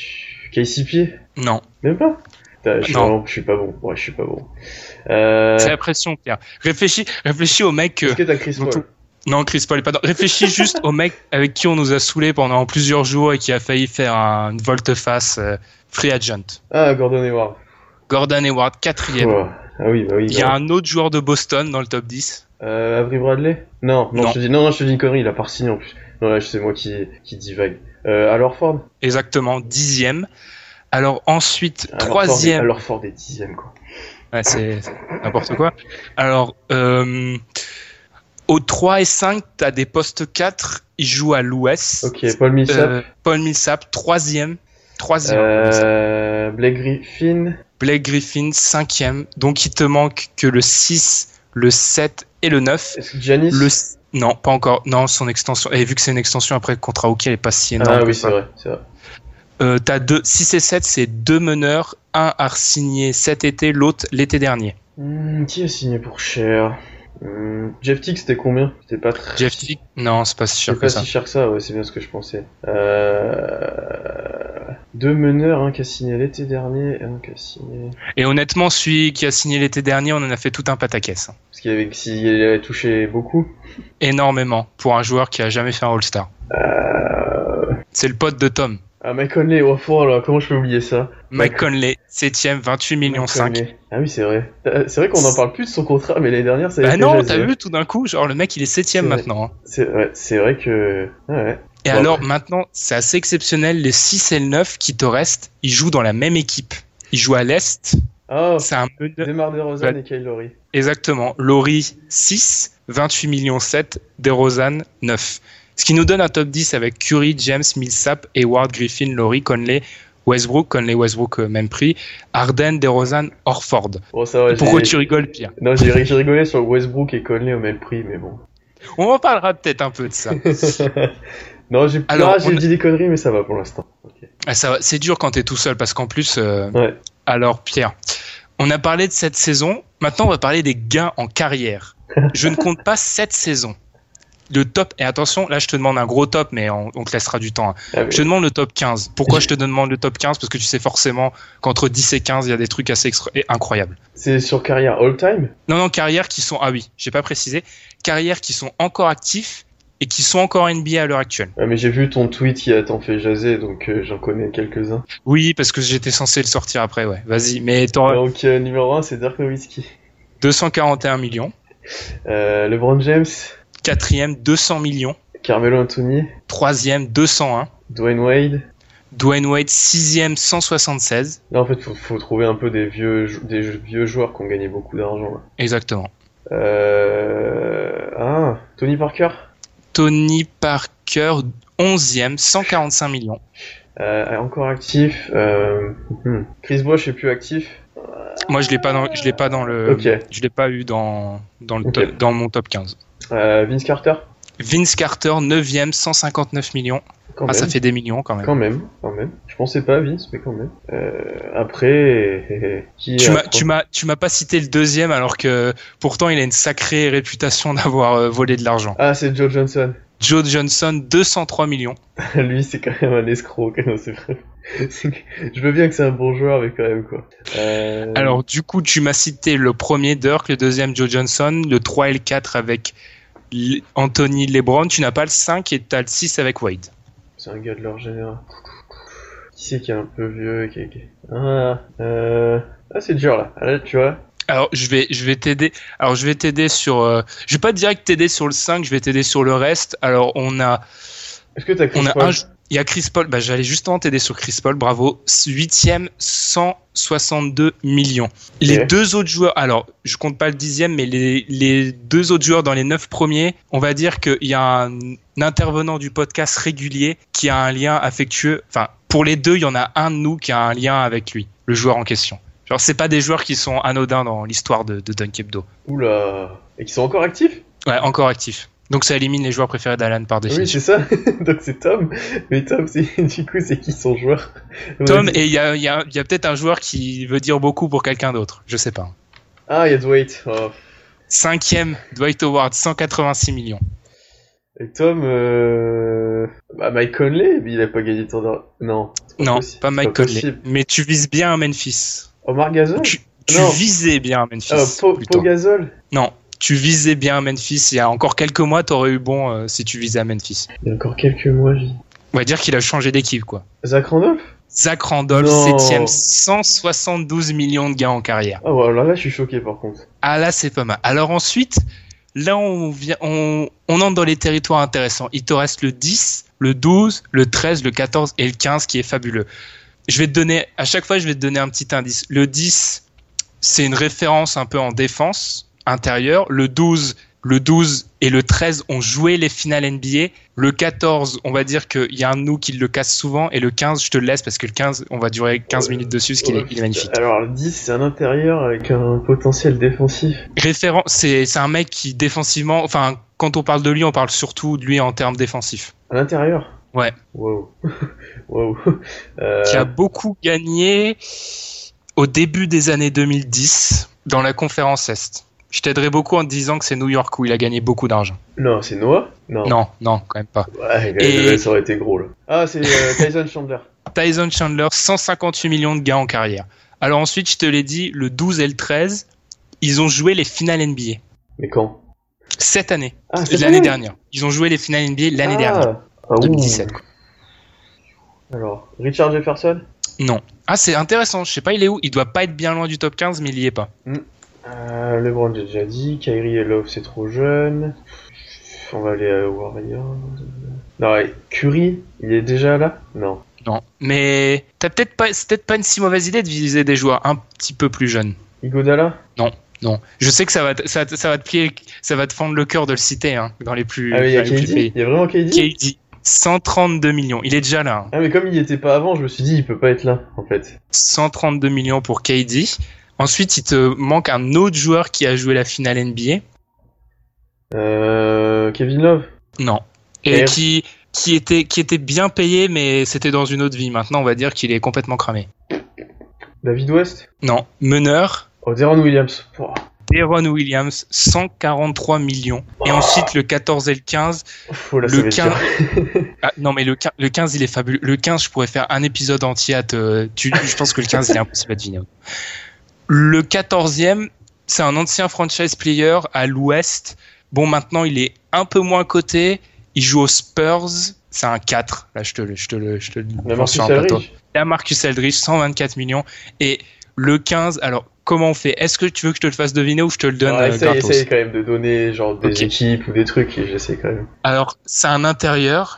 K C P? Non. Même pas? Je suis, vraiment, je suis pas bon. Ouais, je suis pas bon. Euh... C'est la pression, Pierre. Réfléchis, réfléchis au mec. Est-ce que t'as Chris Paul? Tout... Non, Chris Paul est pas dans. Réfléchis juste au mec avec qui on nous a saoulé pendant plusieurs jours et qui a failli faire une volte-face euh, free agent. Ah, Gordon Hayward. Gordon Hayward, quatrième. Oh. Ah oui, bah oui. Il y a un autre joueur de Boston dans le top dix. Euh, Avery Bradley? Non, non, non. Je te dis, non, non, je te dis une connerie, il a pas signé en plus. Non, là, c'est moi qui, qui divague. Euh, Al Horford? Exactement, dixième. Alors ensuite, Al troisième. Al Horford est dixième, quoi. Ouais, c'est, c'est n'importe quoi. Alors, euh, au trois et cinq, t'as des postes quatre, ils jouent à l'Ouest. Ok, Paul Millsap. Euh, Paul Millsap, troisième. Troisième. Euh, Blake Griffin. Blake Griffin, cinquième. Donc il te manque que le six, le sept et le neuf. Est-ce que Giannis? Le... Non, pas encore. Non, son extension. Et vu que c'est une extension après le contrat Rookie, elle est pas si énorme. Ah oui, c'est vrai, c'est vrai. Euh, t'as deux, six et sept, c'est deux meneurs. Un a signé cet été, l'autre l'été dernier. Mmh, qui a signé pour cher? mmh, Jeff Teague, c'était combien? C'était pas très... Jeff Teague? Non, c'est pas si cher c'est que pas ça. si cher que ça, ouais, c'est bien ce que je pensais. Euh... Deux meneurs, un qui a signé l'été dernier et un qui a signé... Et honnêtement, celui qui a signé l'été dernier, on en a fait tout un pataquès. Parce qu'il avait, s'il avait touché beaucoup? Énormément, pour un joueur qui a jamais fait un All-Star. Euh... C'est le pote de Tom. Ah, Mike Conley, au fond, là, comment je peux oublier ça? Mike, Mike... Conley, septième, vingt-huit millions cinq. Ah oui, c'est vrai. C'est vrai qu'on en parle plus de son contrat, mais l'année dernière, ça a bah été non, jasé. T'as vu tout d'un coup, genre le mec, il est septième maintenant. Hein. C'est ouais, c'est vrai que... Ouais. Et bon, alors, après... maintenant, c'est assez exceptionnel, les six et le neuf qui te restent, ils jouent dans la même équipe. Ils jouent à l'Est. Oh, c'est un meneur... DeMar DeRozan ouais. et Kyle Lowry. Exactement. Lowry, six, vingt-huit millions sept, DeRozan, neuf. Ce qui nous donne un top dix avec Curry, James, Millsap, Hayward, Griffin, Lowry, Conley, Westbrook, Conley, Westbrook, euh, même prix, Harden, DeRozan, Horford. Bon, ça va, pourquoi tu rigoles, Pierre? Non, j'ai, j'ai rigolé sur Westbrook et Conley au même prix, mais bon. On en parlera peut-être un peu de ça. non, j'ai, Alors, ah, j'ai on... dit des conneries, mais ça va pour l'instant. Okay. Ah, ça va. C'est dur quand t'es tout seul, parce qu'en plus... Euh... Ouais. Alors, Pierre, on a parlé de cette saison, maintenant on va parler des gains en carrière. Je ne compte pas cette saison. Le top, et attention, là je te demande un gros top, mais on, on te laissera du temps. Hein. Ah oui. Je te demande le top quinze. Pourquoi je te demande le top quinze? Parce que tu sais forcément qu'entre dix et quinze, il y a des trucs assez extra- incroyables. C'est sur carrière all-time? Non, non, carrière qui sont... Ah oui, j'ai pas précisé. Carrière qui sont encore actifs et qui sont encore N B A à l'heure actuelle. Ah, mais j'ai vu ton tweet qui a t'en fait jaser, donc euh, j'en connais quelques-uns. Oui, parce que j'étais censé le sortir après, ouais. Vas-y, mais t'auras... Donc euh, numéro un, c'est Dirk Nowitzki. deux cent quarante et un millions. Euh, LeBron James. Quatrième, deux cents millions. Carmelo Anthony. Troisième, deux cent un. Dwayne Wade. Dwayne Wade, sixième, cent soixante-seize. Là, en fait, faut, faut trouver un peu des vieux, des vieux joueurs qui ont gagné beaucoup d'argent. Là. Exactement. Euh... Ah, Tony Parker. Tony Parker, onzième, cent quarante-cinq millions. Euh, encore actif. Euh... Chris Bosh est plus actif. Moi, je l'ai pas dans, je l'ai pas dans le, okay. je l'ai pas eu dans, dans le, okay. top, dans mon top quinze. Euh, Vince Carter. Vince Carter, neuvième, cent cinquante-neuf millions. Quand ah, même. Ça fait des millions quand même. Quand même, quand même. Je pensais pas à Vince, mais quand même. Euh, après, qui tu a... m'as, tu m'as, tu m'as pas cité le deuxième alors que pourtant il a une sacrée réputation d'avoir euh, volé de l'argent. Ah, c'est Joe Johnson. Joe Johnson, deux cent trois millions. Lui, c'est quand même un escroc. Non, c'est vrai. C'est que... Je veux bien que c'est un bon joueur, mais quand même quoi. Euh... Alors du coup, tu m'as cité le premier Dirk, le deuxième Joe Johnson, le trois et le quatre avec Anthony LeBron. Tu n'as pas le cinq et tu as le six avec Wade. C'est un gars de leur général. Qui c'est qui est un peu vieux qui... Ah, euh... ah, c'est dur là. Là, tu vois. Alors je vais je vais t'aider. Alors je vais t'aider sur. Euh... Je vais pas direct t'aider sur le cinq. Je vais t'aider sur le reste. Alors on a. Est-ce que t'as Chris on a Paul? un... Il y a Chris Paul. Bah j'allais justement t'aider sur Chris Paul. Bravo. Huitième, cent soixante-deux millions. Okay. Les deux autres joueurs. Alors je compte pas le dixième, mais les les deux autres joueurs dans les neuf premiers. On va dire qu'il y a un, un intervenant du podcast régulier qui a un lien affectueux. Enfin pour les deux, il y en a un de nous qui a un lien avec lui, le joueur en question. Genre, c'est pas des joueurs qui sont anodins dans l'histoire de, de Dunk Hebdo. Oula. Et qui sont encore actifs? Ouais, encore actifs. Donc ça élimine les joueurs préférés d'Alan par définition. Oui, c'est ça. Donc c'est Tom. Mais Tom, c'est... du coup, c'est qui son joueur? Tom, et il y a, y, a, y a peut-être un joueur qui veut dire beaucoup pour quelqu'un d'autre. Je sais pas. Ah, il y a Dwight. Oh. Cinquième, Dwight Howard, cent quatre-vingt-six millions. Et Tom, euh... bah, Mike Conley, il a pas gagné tant d'argent. Non. Pas non, possible. pas Mike pas Conley. Possible. Mais tu vises bien à Memphis. Omar Gasol? Tu, tu visais bien à Memphis. Oh, Po, Po Gasol? Non, tu visais bien à Memphis. Il y a encore quelques mois, t'aurais eu bon euh, si tu visais à Memphis. Il y a encore quelques mois, j'ai... On va dire qu'il a changé d'équipe, quoi. Zach Randolph? Zach Randolph, septième, cent soixante-douze millions de gains en carrière. Ah ouais, alors là, je suis choqué par contre. Ah là, c'est pas mal. Alors ensuite, là, on, vient, on, on entre dans les territoires intéressants. Il te reste le dix, le douze, le treize, le quatorze et le quinze qui est fabuleux. Je vais te donner, à chaque fois, je vais te donner un petit indice. Le dix, c'est une référence un peu en défense intérieure. Le douze, le douze et le treize ont joué les finales N B A. Le quatorze, on va dire qu'il y a un de nous qui le casse souvent. Et le quinze, je te le laisse parce que le quinze, on va durer quinze minutes dessus, parce qu'il est, il est magnifique. Alors, le dix, c'est un intérieur avec un potentiel défensif. Référent, c'est, c'est un mec qui, défensivement, enfin, quand on parle de lui, on parle surtout de lui en termes défensifs. À l'intérieur? Ouais. Wow. Wow. Euh... Qui a beaucoup gagné au début des années deux mille dix dans la conférence Est. Je t'aiderai beaucoup en te disant que c'est New York où il a gagné beaucoup d'argent. Non, c'est Noah? Non. Non, non, quand même pas. Ouais, et... ça aurait été gros, là. Ah, c'est euh, Tyson Chandler. Tyson Chandler, cent cinquante-huit millions de gains en carrière. Alors ensuite, je te l'ai dit, le douze et le treize, ils ont joué les finales N B A. Mais quand? Cette année. Ah, cette l'année année dernière. Ils ont joué les finales N B A l'année ah. dernière. Ah, deux mille dix-sept. Quoi. Alors, Richard Jefferson? Non. Ah, c'est intéressant. Je sais pas, il est où? Il doit pas être bien loin du top quinze, mais il y est pas. Mm. Euh, LeBron, j'ai déjà dit. Kyrie et Love, c'est trop jeune. On va aller à Warriors. Non, ouais. Curry, il est déjà là? Non. Non. Mais t'as peut-être pas, c'est peut-être pas une si mauvaise idée de viser des joueurs un petit peu plus jeunes. Iguodala? Non. Non. Je sais que ça va, te, ça, ça va te plier, ça va te fendre le cœur de le citer, hein, dans les plus. Ah, mais il y a K D? Il y a vraiment K D? K D. cent trente-deux millions. Il est déjà là. Hein. Ah, mais comme il y était pas avant, je me suis dit, il peut pas être là, en fait. cent trente-deux millions pour K D. Ensuite, il te manque un autre joueur qui a joué la finale N B A. Euh, Kevin Love? Non. Et, Et qui, qui était, qui était bien payé, mais c'était dans une autre vie. Maintenant, on va dire qu'il est complètement cramé. David West? Non. Meneur? Oh, Deron Williams. Oh. Deron Williams, cent quarante-trois millions. Et oh. Ensuite, le quatorze et le quinze. Oh, là, le quinze. Ah, non, mais le quinze, le quinze, il est fabuleux. Le quinze, je pourrais faire un épisode entier à te. Tu, je pense que le quinze, il est impossible à deviner. Le quatorzième, c'est un ancien franchise player à l'ouest. Bon, maintenant, il est un peu moins coté. Il joue aux Spurs. C'est un quatre. Là, je te le, je te le, je te le vends sur un plateau. Là, Marcus Aldridge, cent vingt-quatre millions. Et le quinze, alors, comment on fait? Est-ce que tu veux que je te le fasse deviner ou je te le donne? Ah, essaye, essaye quand même de donner genre des okay. équipes ou des trucs et j'essaie quand même. Alors, c'est un intérieur.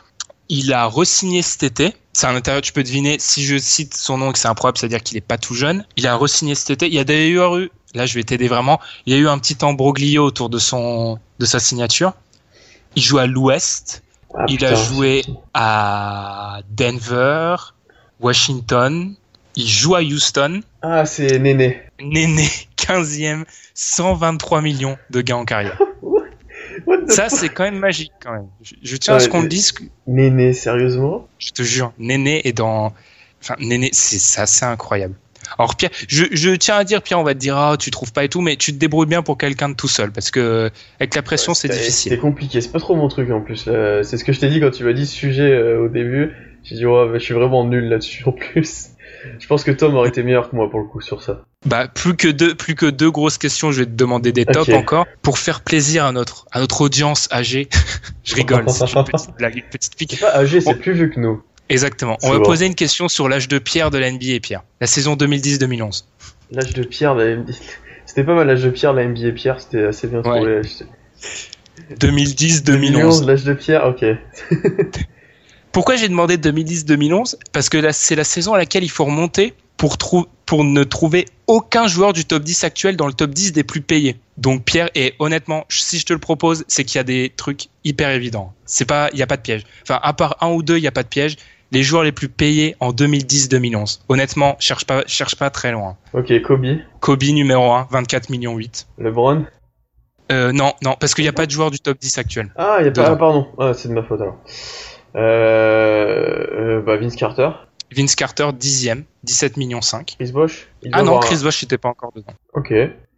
il a re-signé cet été. C'est un intérieur, tu peux deviner, si je cite son nom et que c'est improbable, c'est-à-dire qu'il est pas tout jeune. Il a re-signé cet été. Il y a d'ailleurs eu, là je vais t'aider vraiment, il y a eu un petit embroglio autour de son, de sa signature. Il joue à l'Ouest. Ah, il putain, a joué à Denver, Washington. Il joue à Houston. Ah, c'est Néné. Néné, quinzième, cent vingt-trois millions de gains en carrière. Ça, c'est quand même magique, quand même. Je, je tiens ouais, à ce qu'on le dise. Que... Néné, sérieusement? Je te jure, Néné est dans... Enfin, Néné, c'est, c'est assez incroyable. Alors, Pierre, je, je tiens à dire, Pierre, on va te dire, ah, tu trouves pas et tout, mais tu te débrouilles bien pour quelqu'un de tout seul, parce que avec la pression, ouais, c'est difficile. C'est compliqué, c'est pas trop mon truc, en plus. Là. C'est ce que je t'ai dit quand tu m'as dit ce sujet euh, au début. J'ai dit, ouais, bah, je suis vraiment nul là-dessus, en plus. Je pense que Tom aurait été meilleur que moi pour le coup sur ça. Bah plus que deux, plus que deux grosses questions, je vais te demander des tops okay. encore pour faire plaisir à notre à notre audience âgée. Je rigole, c'est une petite blague, une petite pique. C'est pas âgé, c'est On... plus vieux que nous. Exactement. C'est On va bon. poser une question sur l'âge de pierre de la N B A, Pierre. La saison deux mille dix deux mille onze. L'âge de pierre de la N B A. C'était pas mal l'âge de pierre de la N B A, Pierre, c'était assez bien trouvé. Ouais. deux mille dix deux mille onze. L'âge de pierre, ok. Pourquoi j'ai demandé deux mille dix deux mille onze ? Parce que là, c'est la saison à laquelle il faut remonter pour, trou- pour ne trouver aucun joueur du top dix actuel dans le top dix des plus payés. Donc Pierre, et honnêtement, si je te le propose, c'est qu'il y a des trucs hyper évidents. C'est pas, il y a pas de piège. Enfin, à part un ou deux, il y a pas de piège. Les joueurs les plus payés en deux mille dix deux mille onze. Honnêtement, cherche pas, cherche pas très loin. Ok, Kobe. Kobe numéro un, vingt-quatre virgule huit millions. LeBron. Euh, non, non, parce qu'il n'y a pas de joueur du top dix actuel. Ah, il y a pas, ah, pardon. Ah, c'est de ma faute alors. Euh, euh, bah Vince Carter. Vince Carter, dixième, dix-sept virgule cinq millions. Chris Bosh. Ah non, Chris un... Bosh n'était pas encore dedans. Ok.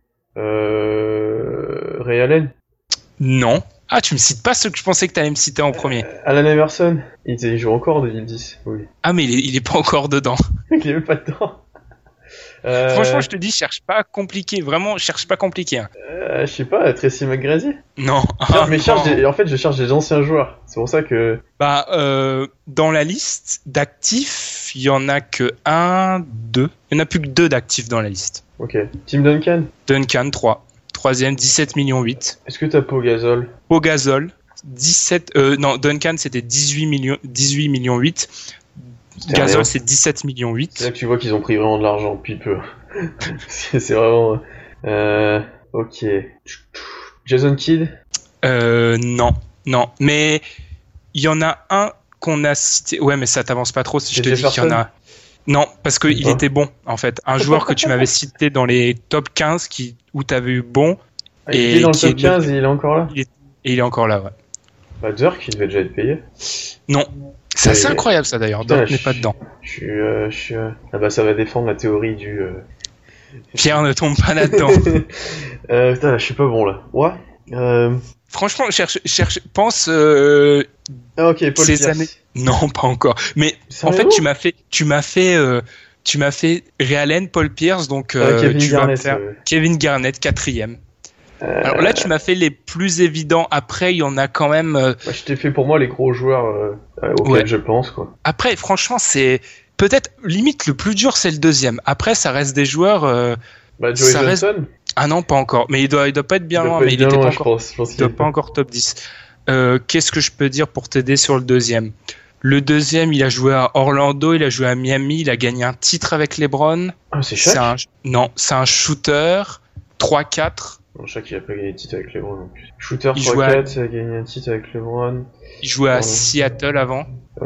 Euh... Ray Allen. Non. Ah, tu me cites pas ceux que je pensais que tu allais me citer en premier. Euh, Allen Iverson. Il, il joue encore en deux mille dix. Oui. Ah, mais il est, il est pas encore dedans. Il est même pas dedans. Euh... Franchement, je te dis, cherche pas compliqué. Vraiment, cherche pas compliqué. Hein. Euh, je sais pas, Tracy McGrady. Non. Ah, mais cherche des... en fait, je cherche des anciens joueurs. C'est pour ça que. Bah, euh, dans la liste d'actifs, il y en a que un, deux. Il y en a plus que deux d'actifs dans la liste. Ok. Tim Duncan. Duncan, trois. Troisième, dix-sept virgule huit millions. Est-ce que t'as Pau Gasol? Pau Gasol, dix-sept. Euh, non, Duncan, c'était dix-huit millions, dix-huit virgule huit millions. Gasol, c'est dix-sept virgule huit millions. C'est là que tu vois qu'ils ont pris vraiment de l'argent depuis peu. c'est, c'est vraiment. Euh, ok. Jason Kidd. Euh, non, non. Mais il y en a un qu'on a cité. Ouais, mais ça t'avance pas trop si je te dis qu'il y en a. Non, parce qu'il oh. était bon, en fait. Un joueur que tu m'avais cité dans les top quinze qui, où t'avais eu bon. Ah, il et est dans le top quinze et il est encore là. Il est, et il est encore là, ouais. Bah, Dirk, il devait déjà être payé. Non. C'est assez incroyable ça d'ailleurs, Dirk n'est pas dedans. Je suis, euh, je suis, euh... ah bah ça va défendre la théorie du. Euh... Pierre ne tombe pas là-dedans. euh, putain, je suis pas bon là. Ouais. Euh... Franchement, cherche, cherche, pense. Euh, ah ok, Paul Pierce. Années... Non, pas encore. Mais c'est en fait, bon tu m'as fait, tu m'as fait, euh, tu m'as fait Ray Allen, Paul Pierce, donc euh, ah, Kevin tu Garnett, vas faire euh... Kevin Garnett, quatrième. Euh... Alors là, tu m'as fait les plus évidents. Après, il y en a quand même. Euh... Ouais, je t'ai fait pour moi les gros joueurs euh, auxquels ouais. je pense, quoi. Après, franchement, c'est peut-être limite le plus dur, c'est le deuxième. Après, ça reste des joueurs. Euh... Bah, Joey ça Johnson. Reste... Ah non, pas encore. Mais il doit, il doit pas être bien loin. Mais il était pas encore. Je pense il doit pas encore top dix. Euh, qu'est-ce que je peux dire pour t'aider sur le deuxième? Le deuxième, il a joué à Orlando, il a joué à Miami, il a gagné un titre avec LeBron. Ah, c'est Shaq. C'est un... Non, c'est un shooter. trois quatre. Non, Shaq, il a pas gagné de titre avec LeBron non plus. Shooter trois quatre, à... il a gagné un titre avec LeBron. Il jouait à euh... Seattle avant.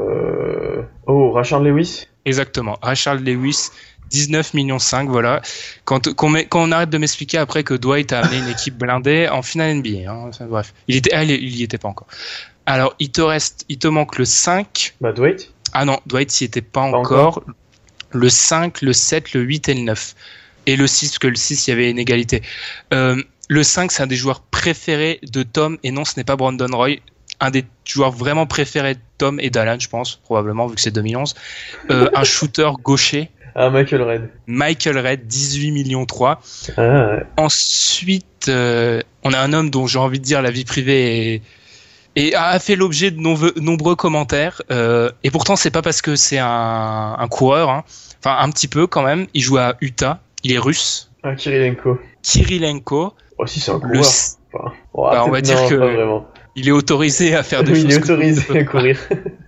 Euh... Oh, Rashard Lewis. Exactement, Rashard Lewis. dix-neuf virgule cinq millions, voilà. Quand, quand, on, quand on arrête de m'expliquer après que Dwight a amené une équipe blindée en finale N B A, hein, enfin, bref. Il était, ah, il y était pas encore. Alors, il te reste, il te manque le cinq. Bah, Dwight? Ah non, Dwight, il y était pas, pas encore. encore. Le cinq, le sept, le huit et le neuf. Et le six, parce que le six, il y avait une égalité. Euh, le cinq, c'est un des joueurs préférés de Tom, et non, ce n'est pas Brandon Roy. Un des joueurs vraiment préférés de Tom et d'Alan, je pense, probablement, vu que c'est deux mille onze. Euh, un shooter gaucher. Ah, Michael Redd. Michael Redd, dix-huit virgule trois millions. Ah, ouais. Ensuite, euh, on a un homme dont j'ai envie de dire la vie privée est, et a fait l'objet de nombreux, nombreux commentaires. Euh, et pourtant, c'est pas parce que c'est un, un coureur, hein. Enfin un petit peu quand même. Il joue à Utah. Il est russe. Ah, Kirilenko. Kirilenko. Oh si, c'est un coureur. Le... Enfin, oh, bah, on va dire non, que pas vraiment. Il est autorisé à faire des oui, choses. Il est autorisé à courir.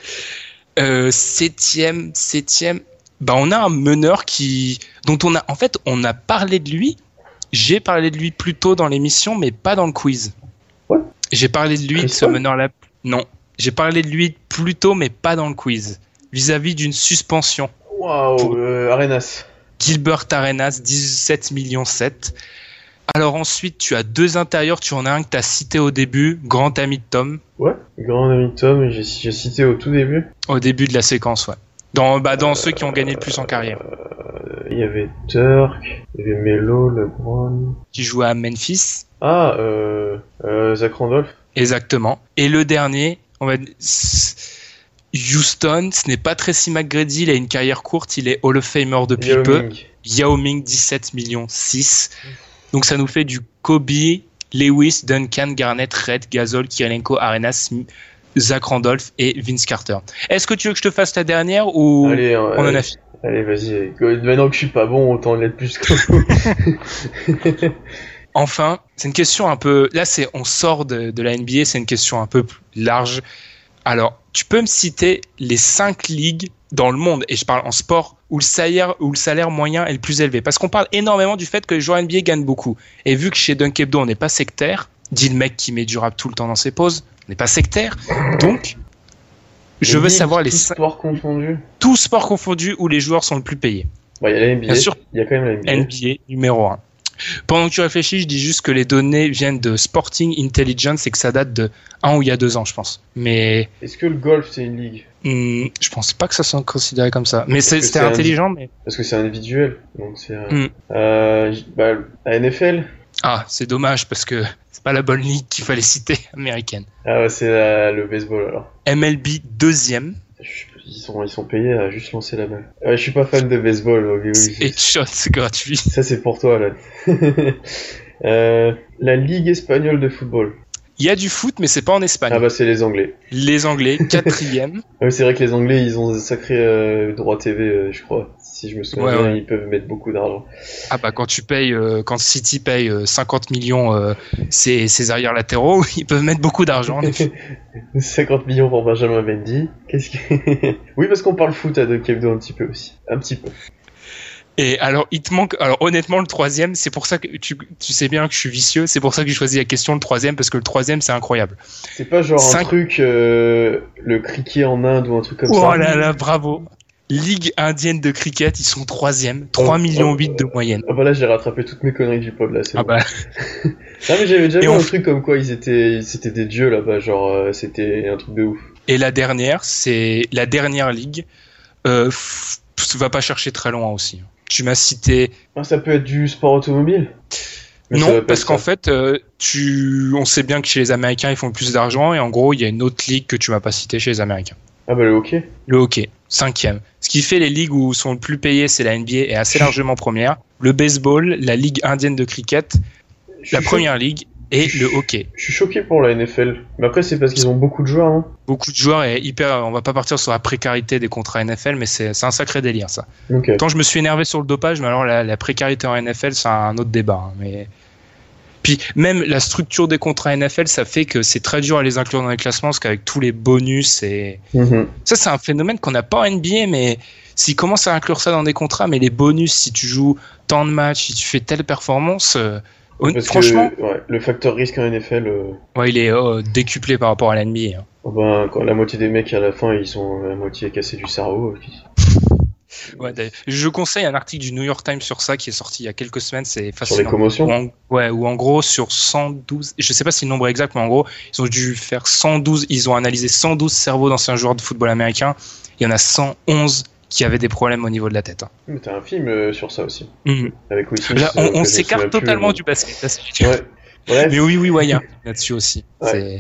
Euh, septième, septième. Bah, on a un meneur qui, dont on a, en fait, on a parlé de lui. J'ai parlé de lui plus tôt dans l'émission, mais pas dans le quiz. Ouais. J'ai parlé de lui, de ce meneur-là. Non. J'ai parlé de lui plus tôt, mais pas dans le quiz. Vis-à-vis d'une suspension. Waouh, wow, euh, Arenas. Gilbert Arenas, dix-sept virgule sept millions. Alors ensuite, tu as deux intérieurs. Tu en as un que tu as cité au début, grand ami de Tom. Ouais, grand ami de Tom, j'ai, j'ai cité au tout début. Au début de la séquence, ouais. Dans, bah, dans euh, ceux qui ont gagné le plus en carrière. Il euh, y avait Turk, il y avait Melo, LeBron. Qui jouait à Memphis. Ah, euh, euh, Zach Randolph. Exactement. Et le dernier, on va Houston, ce n'est pas Tracy McGrady, il a une carrière courte, il est Hall of Famer depuis Yao peu. Ming. Yao Ming, dix-sept virgule six millions. Donc ça nous fait du Kobe, Lewis, Duncan, Garnett, Red, Gasol, Kirilenko, Arenas, Zach Randolph et Vince Carter. Est-ce que tu veux que je te fasse la dernière ou allez, on allez, en a fini? Allez, vas-y. Maintenant que je suis pas bon, autant l'être plus que vous. Enfin, c'est une question un peu... Là, c'est on sort de, de la N B A, c'est une question un peu plus large. Alors, tu peux me citer les cinq ligues dans le monde, et je parle en sport, où le salaire, où le salaire moyen est le plus élevé. Parce qu'on parle énormément du fait que les joueurs N B A gagnent beaucoup. Et vu que chez Dunk Hebdo, on n'est pas sectaire, dit le mec qui met du rap tout le temps dans ses pauses, on n'est pas sectaire, donc... Je veux savoir les... Tout sport confondu. Tout sport confondu où les joueurs sont le plus payés. Bah, il y a la N B A. Bien sûr, il y a quand même la N B A. N B A numéro un. Pendant que tu réfléchis, je dis juste que les données viennent de Sporting Intelligence et que ça date de un ou il y a deux ans, je pense. Mais... Est-ce que le golf, c'est une ligue? hmm, Je pense pas que ça soit considéré comme ça. Mais c'est, c'était intelligent, indi- mais... Parce que c'est individuel. Donc c'est... Hmm. Euh, bah, la N F L. Ah, c'est dommage parce que c'est pas la bonne ligue qu'il fallait citer, américaine. Ah ouais, c'est la, le baseball alors. M L B deuxième. Ils sont, ils sont payés à juste lancer la balle. Ouais, je suis pas fan de baseball. Okay, oui, Et shot, c'est gratuit. Ça, c'est pour toi, là. euh, la Ligue espagnole de football. Il y a du foot, mais c'est pas en Espagne. Ah bah, c'est les Anglais. Les Anglais, quatrième. Ouais, c'est vrai que les Anglais, ils ont un sacré euh, droit T V, euh, je crois. Si je me souviens Ouais, bien, ouais. ils peuvent mettre beaucoup d'argent. Ah bah quand tu payes, euh, quand City paye euh, cinquante millions euh, ses, ses arrières latéraux, ils peuvent mettre beaucoup d'argent en effet. cinquante millions pour Benjamin Mendy. Qu'est-ce que... Oui, parce qu'on parle foot à Dunk Hebdo un petit peu aussi. Un petit peu. Et alors, il te manque. Alors, honnêtement, le troisième, c'est pour ça que tu, tu sais bien que je suis vicieux. C'est pour ça que j'ai choisi la question le troisième, parce que le troisième, c'est incroyable. C'est pas genre Cinq... un truc, euh, le cricket en Inde ou un truc comme oh ça. Oh là là, bravo. Ligue indienne de cricket, ils sont troisième, trois virgule huit millions de moyenne. Ah bah là, j'ai rattrapé toutes mes conneries du pod là. C'est ah bon. bah. Non mais j'avais déjà Et vu on... un truc comme quoi ils étaient, c'était des dieux là-bas, genre euh, c'était un truc de ouf. Et la dernière, c'est la dernière ligue. Euh, f... va pas chercher très loin aussi. Tu m'as cité. Ah, ça peut être du sport automobile. Mais non, parce qu'en fait, euh, tu, on sait bien que chez les Américains, ils font plus d'argent, et en gros, il y a une autre ligue que tu m'as pas citée chez les Américains. Ah bah le hockey. Le hockey, cinquième. Ce qui fait les ligues où sont le plus payés, c'est la N B A et assez largement première. Le baseball, la ligue indienne de cricket, la première cho- ligue et je, le hockey. Je suis choqué pour la N F L. Mais après, c'est parce qu'ils ont beaucoup de joueurs, hein. Beaucoup de joueurs et hyper. On va pas partir sur la précarité des contrats N F L, mais c'est, c'est un sacré délire ça. Okay. Quand je me suis énervé sur le dopage, mais alors la, la précarité en N F L, c'est un autre débat. Hein, mais puis même la structure des contrats N F L, ça fait que c'est très dur à les inclure dans les classements, parce qu'avec tous les bonus et mm-hmm. ça, c'est un phénomène qu'on n'a pas en N B A, mais s'ils commencent à inclure ça dans des contrats, mais les bonus, si tu joues tant de matchs, si tu fais telle performance, euh, parce franchement, que, ouais, le facteur risque en N F L, euh... ouais, il est euh, décuplé par rapport à la N B A. Hein. Oh ben, quand la moitié des mecs à la fin, ils sont à moitié cassés du cerveau. Puis... Ouais, je conseille un article du New York Times sur ça qui est sorti il y a quelques semaines, c'est fascinant. Sur les commotions. Où en, ouais, où en gros sur cent douze, je sais pas si le nombre est exact, mais en gros ils ont dû faire cent douze, ils ont analysé cent douze cerveaux d'anciens joueurs de football américain. Il y en a cent onze qui avaient des problèmes au niveau de la tête. Hein. Mais t'as un film euh, sur ça aussi. Mmh. Avec Will Smith. Là, on, euh, on s'écarte totalement plus, du basket. Là, c'est... Ouais. Bref. Mais oui, oui, ouais, il y a là-dessus aussi. Ouais. C'est...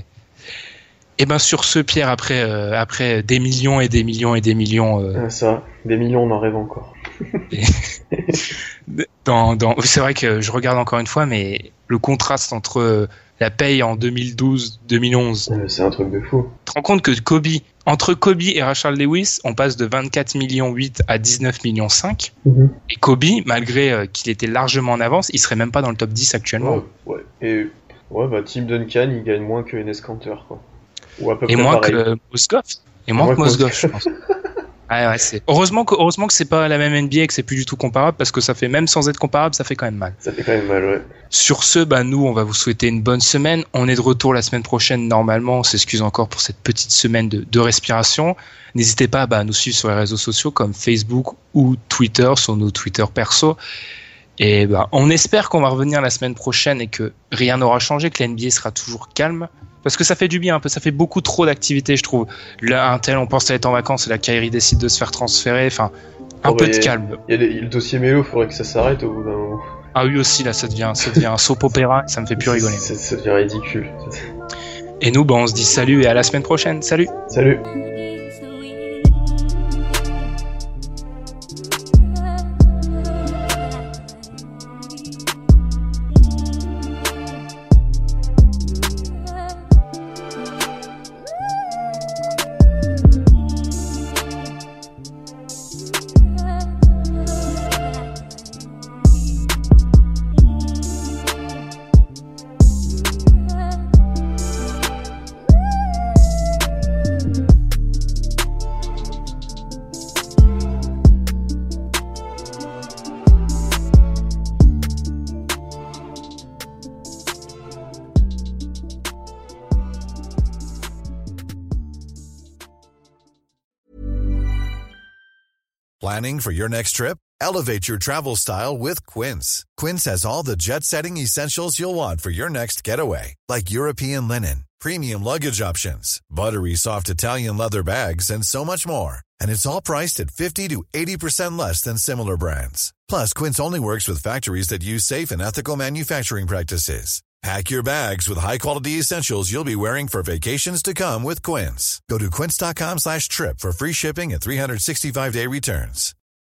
Et ben sur ce, Pierre, après, euh, après des millions et des millions et des millions. Euh... Ah, ça, des millions, on en rêve encore. et... dans, dans... C'est vrai que je regarde encore une fois, mais le contraste entre la paye en deux mille douze deux mille onze. Euh, c'est un truc de fou. Tu te rends compte que Kobe, entre Kobe et Rashard Lewis, on passe de vingt-quatre millions huit à dix-neuf millions cinq. Mm-hmm. Et Kobe, malgré euh, qu'il était largement en avance, il serait même pas dans le top dix actuellement. Ouais, ouais. Et ouais, bah Tim Duncan, il gagne moins que Enes Kanter, quoi. Ou à peu et près moins pareil. que Moskov. Et moins que Mozgov, je pense. Ah ouais, c'est... Heureusement que, heureusement que c'est pas la même N B A et que c'est plus du tout comparable, parce que ça fait, même sans être comparable, ça fait quand même mal. Ça fait quand même mal, ouais. Sur ce, bah, nous, on va vous souhaiter une bonne semaine. On est de retour la semaine prochaine, normalement. On s'excuse encore pour cette petite semaine de, de respiration. N'hésitez pas, bah, à nous suivre sur les réseaux sociaux comme Facebook ou Twitter, sur nos Twitter perso. Et, bah, on espère qu'on va revenir la semaine prochaine et que rien n'aura changé, que la N B A sera toujours calme. Parce que ça fait du bien un peu, ça fait beaucoup trop d'activités, je trouve. Là, un tel, on pense être en vacances et la Kyrie décide de se faire transférer. Enfin, un oh peu bah, de y a, calme. Il y a les, le dossier Melo, il faudrait que ça s'arrête au bout d'un moment. Ah oui, aussi, là, ça devient, ça devient un soap opéra, ça me fait plus rigoler. Ça, ça devient ridicule. Et nous, bah, on se dit salut et à la semaine prochaine. Salut. Salut. Planning for your next trip? Elevate your travel style with Quince. Quince has all the jet-setting essentials you'll want for your next getaway, like European linen, premium luggage options, buttery soft Italian leather bags, and so much more. And it's all priced at fifty to eighty percent less than similar brands. Plus, Quince only works with factories that use safe and ethical manufacturing practices. Pack your bags with high-quality essentials you'll be wearing for vacations to come with Quince. Go to quince.com slash trip for free shipping and three sixty-five day returns.